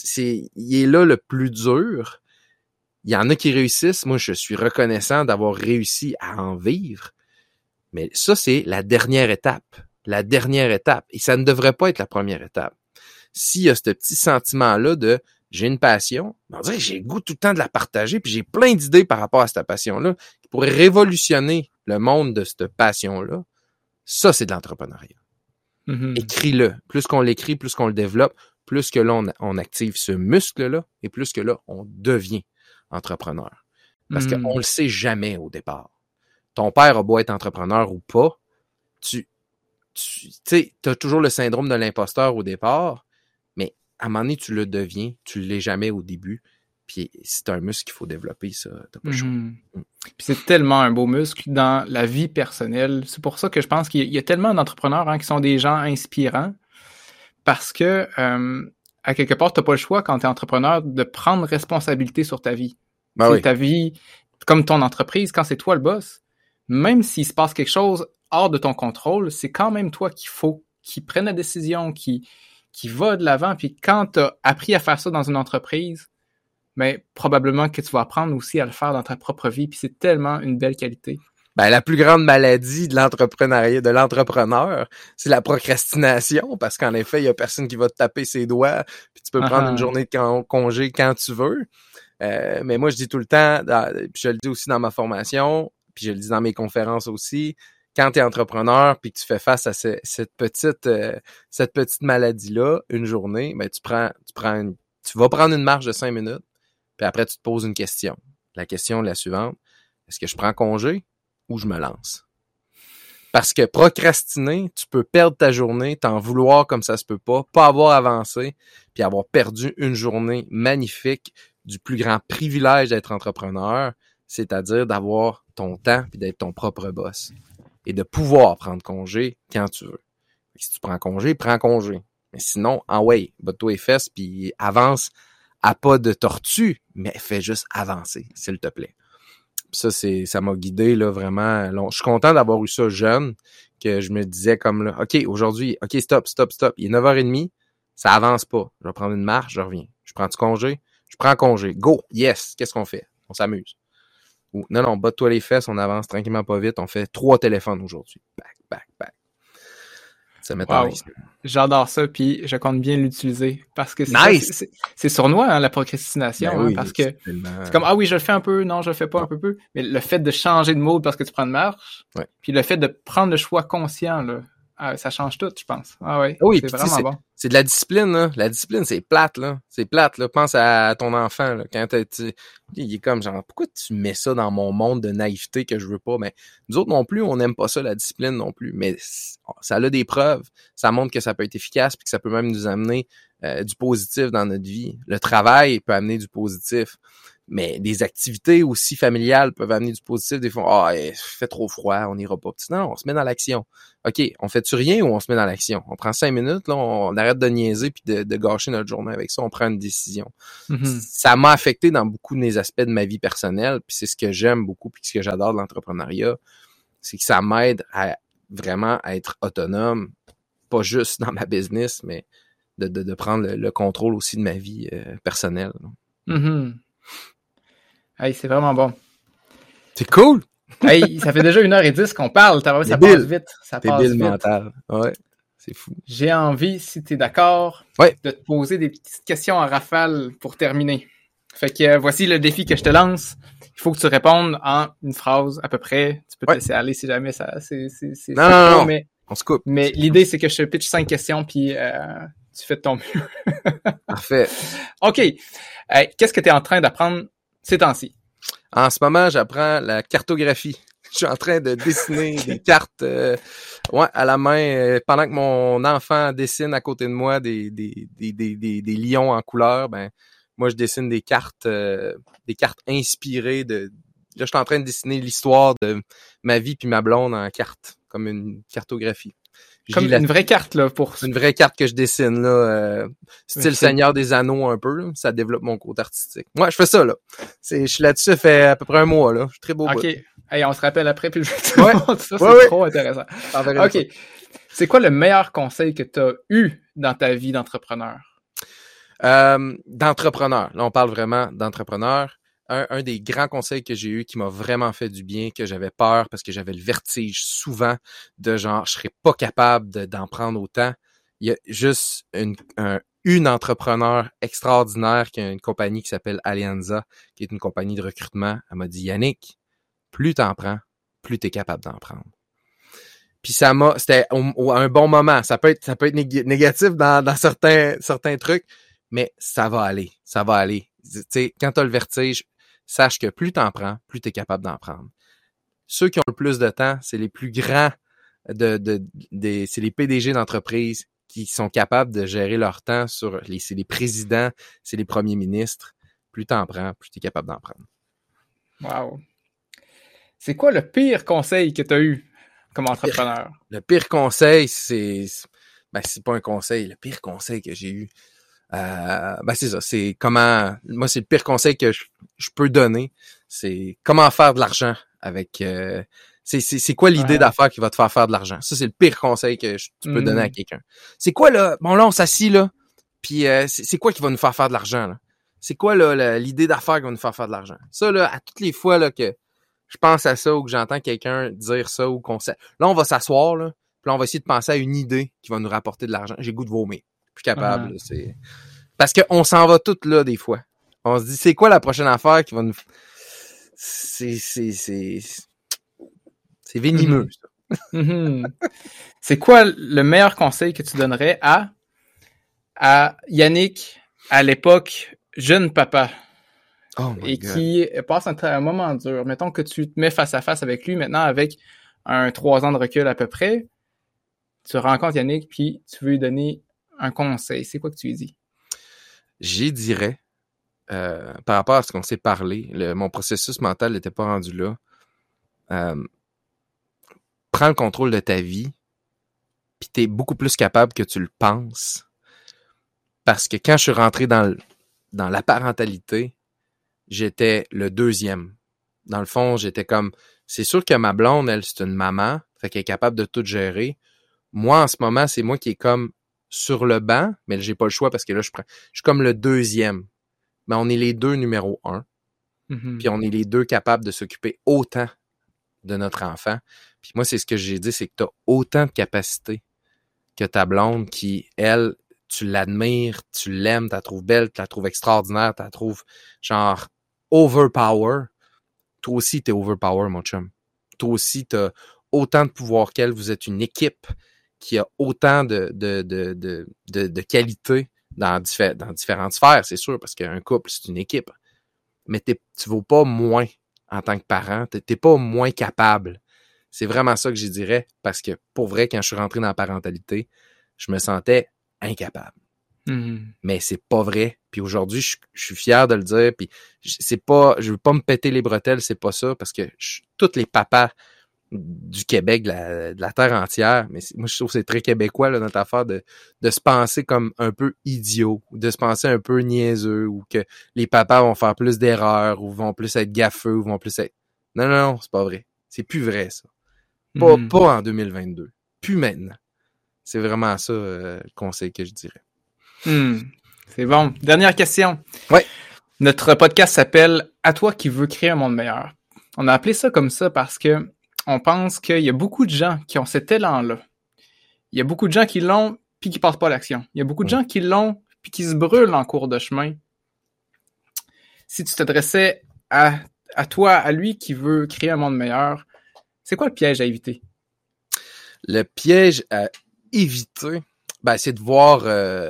Il est là le plus dur. Il y en a qui réussissent. Moi, je suis reconnaissant d'avoir réussi à en vivre. Mais ça, c'est la dernière étape. La dernière étape. Et ça ne devrait pas être la première étape. S'il y a ce petit sentiment-là de j'ai une passion, on dirait que j'ai le goût tout le temps de la partager, puis j'ai plein d'idées par rapport à cette passion-là qui pourrait révolutionner le monde de cette passion-là. Ça, c'est de l'entrepreneuriat. Mm-hmm. Écris-le. Plus qu'on l'écrit, plus qu'on le développe, plus que là, on active ce muscle-là et plus que là, on devient entrepreneur. Parce qu'on le sait jamais au départ. Ton père a beau être entrepreneur ou pas, tu sais, t'as toujours le syndrome de l'imposteur au départ, mais à un moment donné, tu le deviens, tu l'es jamais au début. Puis c'est un muscle qu'il faut développer, ça. T'as pas le choix. Puis c'est tellement un beau muscle dans la vie personnelle. C'est pour ça que je pense qu'il y a tellement d'entrepreneurs qui sont des gens inspirants. Parce que, à quelque part, t'as pas le choix quand t'es entrepreneur de prendre responsabilité sur ta vie. Ben oui. Ta vie, comme ton entreprise, quand c'est toi le boss, même s'il se passe quelque chose hors de ton contrôle, c'est quand même toi qui prenne la décision, qui va de l'avant. Puis quand t'as appris à faire ça dans une entreprise, mais probablement que tu vas apprendre aussi à le faire dans ta propre vie, puis c'est tellement une belle qualité. Ben, la plus grande maladie de l'entrepreneuriat, de l'entrepreneur, c'est la procrastination, parce qu'en effet, il y a personne qui va te taper ses doigts, puis tu peux prendre une journée de congé quand tu veux. Mais moi, je dis tout le temps, puis je le dis aussi dans ma formation, puis je le dis dans mes conférences aussi, quand tu es entrepreneur puis que tu fais face à cette petite maladie-là, une journée, ben tu vas prendre une marche de 5 minutes, puis après, tu te poses une question. La question est la suivante. Est-ce que je prends congé ou je me lance? Parce que procrastiner, tu peux perdre ta journée, t'en vouloir comme ça se peut pas avoir avancé, puis avoir perdu une journée magnifique du plus grand privilège d'être entrepreneur, c'est-à-dire d'avoir ton temps puis d'être ton propre boss. Et de pouvoir prendre congé quand tu veux. Si tu prends congé, prends congé. Mais sinon, botte-toi les fesses puis avance à pas de tortue, mais fais juste avancer, s'il te plaît. Puis ça m'a guidé là vraiment long. Je suis content d'avoir eu ça jeune, que je me disais comme là, OK, aujourd'hui, OK, stop. Il est 9h30, ça avance pas. Je vais prendre une marche, je reviens. Je prends du congé? Je prends congé. Go! Yes! Qu'est-ce qu'on fait? On s'amuse. Ou, non, batte-toi les fesses, on avance tranquillement pas vite, on fait 3 téléphones aujourd'hui. Back, back, back. Ça met en Wow. risque. J'adore ça, puis je compte bien l'utiliser. Parce que Nice! c'est sournois, hein, la procrastination. Ben hein, oui, parce que tellement... c'est comme, ah oui, je le fais un peu, non, je le fais pas un peu. Mais le fait de changer de mode parce que tu prends une marche, Ouais. puis le fait de prendre le choix conscient, là, ça change tout, je pense. Ah oui, Oui, c'est puis vraiment bon. c'est de la discipline, là. La discipline, c'est plate, là. C'est plate, là. Pense à ton enfant, là. Quand il est comme genre, pourquoi tu mets ça dans mon monde de naïveté que je veux pas? Mais nous autres non plus, on n'aime pas ça, la discipline non plus. Mais ça a des preuves. Ça montre que ça peut être efficace puis que ça peut même nous amener du positif dans notre vie. Le travail peut amener du positif. Mais des activités aussi familiales peuvent amener du positif. Des fois, il fait trop froid, on n'ira pas. Non, on se met dans l'action. OK, on fait-tu rien ou on se met dans l'action? On prend 5 minutes, là, on arrête de niaiser puis de gâcher notre journée avec ça, on prend une décision. Mhm. Ça m'a affecté dans beaucoup de mes aspects de ma vie personnelle, puis c'est ce que j'aime beaucoup puis ce que j'adore de l'entrepreneuriat, c'est que ça m'aide à vraiment être autonome, pas juste dans ma business, mais de prendre le contrôle aussi de ma vie personnelle. Mhm. Hey, c'est vraiment bon. C'est cool! Hey, ça fait déjà 1h10 qu'on parle. Ça passe Débile. vite. Ça T'es passe bile vite. mental. Ouais, c'est fou. J'ai envie, si t'es d'accord, Ouais. de te poser des petites questions en rafale pour terminer. Fait que voici le défi que je te lance. Il faut que tu répondes en une phrase à peu près. Tu peux te Ouais. laisser aller si jamais ça c'est Non. mais On se coupe. l'idée c'est que je te pitch 5 questions puis tu fais de ton mieux. Parfait. OK. Qu'est-ce que tu es en train d'apprendre ces temps-ci? En ce moment, j'apprends la cartographie. Je suis en train de dessiner des cartes à la main. Pendant que mon enfant dessine à côté de moi des lions en couleur, ben moi je dessine des cartes inspirées de. Là, je suis en train de dessiner l'histoire de ma vie puis ma blonde en carte, comme une cartographie. Comme une vraie carte, là, pour... Une vraie carte que je dessine, là, style c'est... Seigneur des Anneaux un peu, là. Ça développe mon côté artistique. Moi, je fais ça, là. Je suis là-dessus, ça fait à peu près un mois, là. Je suis très beau. OK. Hey, on se rappelle après, puis je vais te montrer ça, c'est trop intéressant. OK. C'est quoi le meilleur conseil que tu as eu dans ta vie d'entrepreneur? D'entrepreneur. Là, on parle vraiment d'entrepreneur. Un des grands conseils que j'ai eu qui m'a vraiment fait du bien, que j'avais peur parce que j'avais le vertige souvent de genre, je serais pas capable d'en prendre autant. Il y a juste une entrepreneur extraordinaire qui a une compagnie qui s'appelle Alianza, qui est une compagnie de recrutement. Elle m'a dit, Yannick, plus t'en prends, plus t'es capable d'en prendre. Puis c'était un bon moment. Ça peut être négatif dans certains trucs, mais ça va aller. Tu sais, quand t'as le vertige, sache que plus t'en prends, plus t'es capable d'en prendre. Ceux qui ont le plus de temps, c'est les plus grands c'est les PDG d'entreprises qui sont capables de gérer leur temps c'est les présidents, c'est les premiers ministres. Plus t'en prends, plus t'es capable d'en prendre. Wow. C'est quoi le pire conseil que t'as eu comme entrepreneur? Le pire conseil, c'est pas un conseil. Le pire conseil que j'ai eu, c'est ça. C'est moi, c'est le pire conseil que je peux donner. C'est comment faire de l'argent avec, c'est quoi l'idée d'affaires qui va te faire de l'argent? Ça, c'est le pire conseil que tu peux donner à quelqu'un. C'est quoi, là? Bon, là, on s'assit, là. Puis, c'est quoi qui va nous faire de l'argent, là? C'est quoi, là, l'idée d'affaires qui va nous faire de l'argent? Ça, là, à toutes les fois, là, que je pense à ça ou que j'entends quelqu'un dire ça ou là, on va s'asseoir, là. Puis là, on va essayer de penser à une idée qui va nous rapporter de l'argent. J'ai le goût de vomir. Plus capable, là, c'est... Parce qu'on s'en va toutes là, des fois. On se dit, c'est quoi la prochaine affaire qui va nous... C'est venimeux, ça. C'est quoi le meilleur conseil que tu donnerais à Yannick, à l'époque, jeune papa, et God. Qui passe un moment dur? Mettons que tu te mets face à face avec lui maintenant avec un 3 ans de recul à peu près. Tu rencontres Yannick, puis tu veux lui donner un conseil. C'est quoi que tu lui dis? J'y dirais, par rapport à ce qu'on s'est parlé, mon processus mental n'était pas rendu là. Prends le contrôle de ta vie, puis t'es beaucoup plus capable que tu le penses. Parce que quand je suis rentré dans la parentalité, j'étais le deuxième. Dans le fond, j'étais comme... C'est sûr que ma blonde, elle, c'est une maman, fait qu'elle est capable de tout gérer. Moi, en ce moment, c'est moi qui est comme sur le banc, mais j'ai pas le choix parce que là, je suis comme le deuxième. Mais on est les deux numéro 1. Mhm. Puis on est les deux capables de s'occuper autant de notre enfant. Puis moi, c'est ce que j'ai dit, c'est que tu as autant de capacités que ta blonde qui, elle, tu l'admires, tu l'aimes, tu la trouves belle, tu la trouves extraordinaire, tu la trouves genre overpower. Toi aussi, t'es overpower, mon chum. Toi aussi, t'as autant de pouvoir qu'elle. Vous êtes une équipe qui a autant de qualités dans différentes sphères, c'est sûr, parce qu'un couple, c'est une équipe. Mais tu vaux pas moins en tant que parent. T'es pas moins capable. C'est vraiment ça que je dirais, parce que pour vrai, quand je suis rentré dans la parentalité, je me sentais incapable. Mhm. Mais c'est pas vrai. Puis aujourd'hui, je suis fier de le dire. Puis je veux pas me péter les bretelles, c'est pas ça, parce que tous les papas du Québec, de la terre entière, mais moi je trouve que c'est très québécois là, notre affaire de se penser comme un peu idiot, de se penser un peu niaiseux, ou que les papas vont faire plus d'erreurs, ou vont plus être gaffeux, ou vont plus être... Non, c'est pas vrai. C'est plus vrai, ça. Mhm. Pas en 2022. Plus maintenant. C'est vraiment ça le conseil que je dirais. C'est bon. Dernière question. Ouais. Notre podcast s'appelle « À toi qui veux créer un monde meilleur ». On a appelé ça comme ça parce que on pense qu'il y a beaucoup de gens qui ont cet élan-là. Il y a beaucoup de gens qui l'ont puis qui passent pas à l'action. Il y a beaucoup de gens qui l'ont puis qui se brûlent en cours de chemin. Si tu t'adressais à toi, à lui qui veut créer un monde meilleur, c'est quoi le piège à éviter? Le piège à éviter, ben, c'est de voir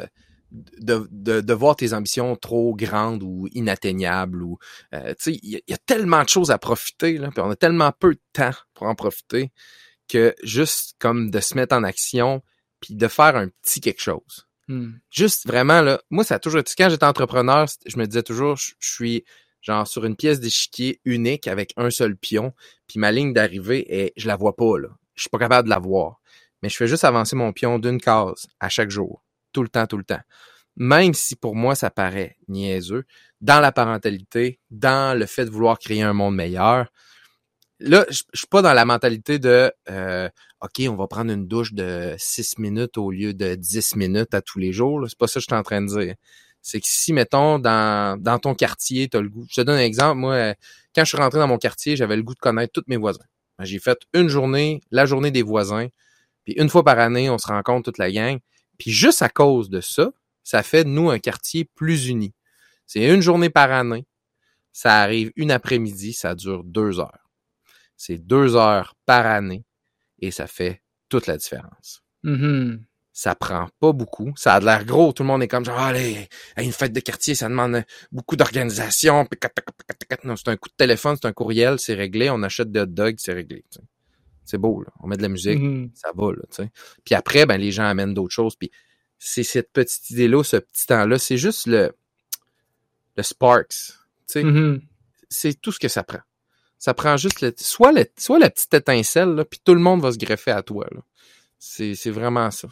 de voir tes ambitions trop grandes ou inatteignables, ou tu sais, il y a tellement de choses à profiter là, puis on a tellement peu de temps pour en profiter, que juste comme de se mettre en action puis de faire un petit quelque chose. Juste vraiment là, moi ça a toujours été, quand j'étais entrepreneur, je me disais toujours je suis genre sur une pièce d'échiquier unique avec un seul pion, puis ma ligne d'arrivée je la vois pas là. Je suis pas capable de la voir. Mais je fais juste avancer mon pion d'une case à chaque jour. Tout le temps. Même si pour moi, ça paraît niaiseux, dans la parentalité, dans le fait de vouloir créer un monde meilleur, là, je suis pas dans la mentalité de OK, on va prendre une douche de 6 minutes au lieu de 10 minutes à tous les jours. Là. C'est pas ça que je suis en train de dire. C'est que si, mettons, dans ton quartier, t'as le goût. Je te donne un exemple. Moi, quand je suis rentré dans mon quartier, j'avais le goût de connaître tous mes voisins. J'ai fait une journée, la journée des voisins. Puis une fois par année, on se rencontre toute la gang. Puis juste à cause de ça, ça fait de nous un quartier plus uni. C'est une journée par année. Ça arrive une après-midi, ça dure 2 heures. C'est 2 heures par année et ça fait toute la différence. Mm-hmm. Ça prend pas beaucoup. Ça a de l'air gros. Tout le monde est comme genre, allez, une fête de quartier, ça demande beaucoup d'organisation. Non, c'est un coup de téléphone, c'est un courriel, c'est réglé. On achète des hot dogs, c'est réglé. T'sais. C'est beau, là. On met de la musique, ça va, là, tu sais. Puis après, ben, les gens amènent d'autres choses. Puis c'est cette petite idée-là, ce petit temps-là, c'est juste le sparks, tu sais. C'est tout ce que ça prend. Ça prend juste soit la petite étincelle, là, puis tout le monde va se greffer à toi, là. C'est vraiment ça.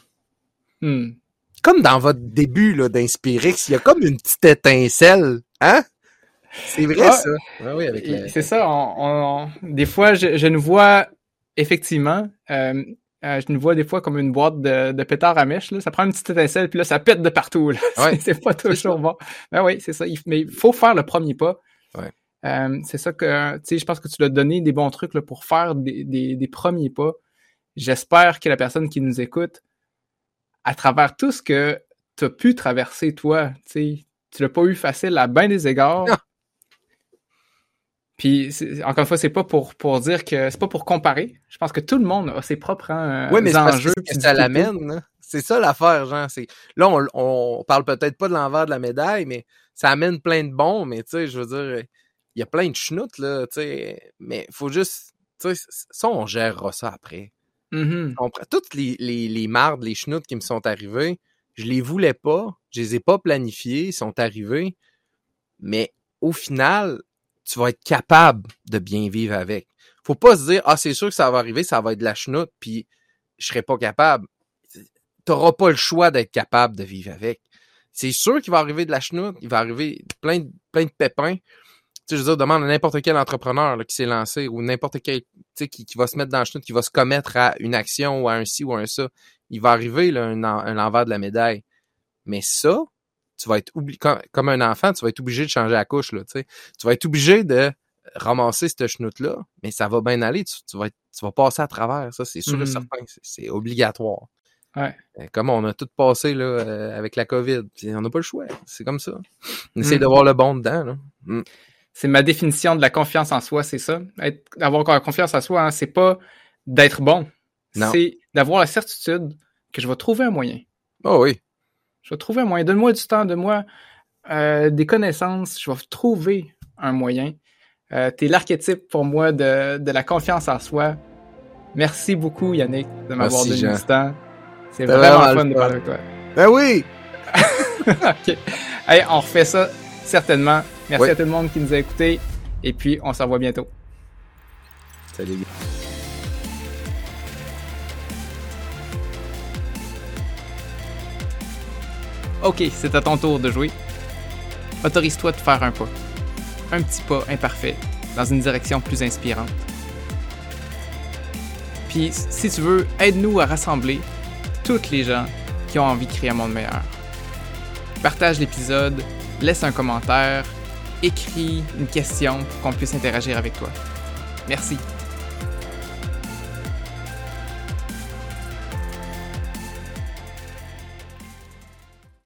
Comme dans votre début, là, d'Inspirix, il y a comme une petite étincelle, hein? C'est vrai, ça. Ah, oui, c'est ça. Des fois, je nous vois effectivement, je nous vois des fois comme une boîte de pétard à mèche. Là. Ça prend une petite étincelle, puis là, ça pète de partout. Là. Ouais, c'est pas toujours bon. Ben oui, c'est ça. Mais il faut faire le premier pas. Ouais. C'est ça que, tu sais, je pense que tu l'as donné des bons trucs là, pour faire des premiers pas. J'espère que la personne qui nous écoute, à travers tout ce que tu as pu traverser, toi, tu l'as pas eu facile à bien des égards. Non. Puis, encore une fois, c'est pas pour dire que... C'est pas pour comparer. Je pense que tout le monde a ses propres enjeux. Oui, mais ça l'amène. Hein? C'est ça l'affaire, genre. Là, on parle peut-être pas de l'envers de la médaille, mais ça amène plein de bons. Mais tu sais, je veux dire, il y a plein de chenoutes, là, tu sais. Mais faut juste... Tu sais, ça, on gérera ça après. Mm-hmm. Toutes les mardes, les chenoutes qui me sont arrivées, je les voulais pas. Je les ai pas planifiées. Ils sont arrivés. Mais au final... tu vas être capable de bien vivre avec. Faut pas se dire, c'est sûr que ça va arriver, ça va être de la chenoute, puis je serai pas capable. T'auras pas le choix d'être capable de vivre avec. C'est sûr qu'il va arriver de la chenoute, il va arriver plein de pépins. Tu sais, je veux dire, demande à n'importe quel entrepreneur là, qui s'est lancé, ou n'importe quel, tu sais, qui va se mettre dans la chenoute, qui va se commettre à une action, ou à un ci, ou à un ça. Il va arriver là, un envers de la médaille. Mais ça, tu vas être comme un enfant, tu vas être obligé de changer la couche, là, tu sais. Tu vas être obligé de ramasser cette chenoute-là, mais ça va bien aller, tu vas passer à travers, ça, c'est sûr et certain, c'est obligatoire. Ouais. Comme on a tout passé, là, avec la COVID, puis on n'a pas le choix, c'est comme ça. On essaie de voir le bon dedans, là. C'est ma définition de la confiance en soi, c'est ça. Avoir confiance en soi, hein, c'est pas d'être bon. Non. C'est d'avoir la certitude que je vais trouver un moyen. Oh oui. Je vais trouver un moyen. Donne-moi du temps, donne-moi des connaissances. Je vais trouver un moyen. T'es l'archétype pour moi de la confiance en soi. Merci beaucoup, Yannick, de m'avoir donné du temps. C'est vraiment fun de parler avec toi. Ben oui! OK. Hey, on refait ça certainement. Merci à tout le monde qui nous a écoutés. Et puis, on se revoit bientôt. Salut. OK, c'est à ton tour de jouer. Autorise-toi de faire un pas. Un petit pas imparfait dans une direction plus inspirante. Puis, si tu veux, aide-nous à rassembler toutes les gens qui ont envie de créer un monde meilleur. Partage l'épisode, laisse un commentaire, écris une question pour qu'on puisse interagir avec toi. Merci.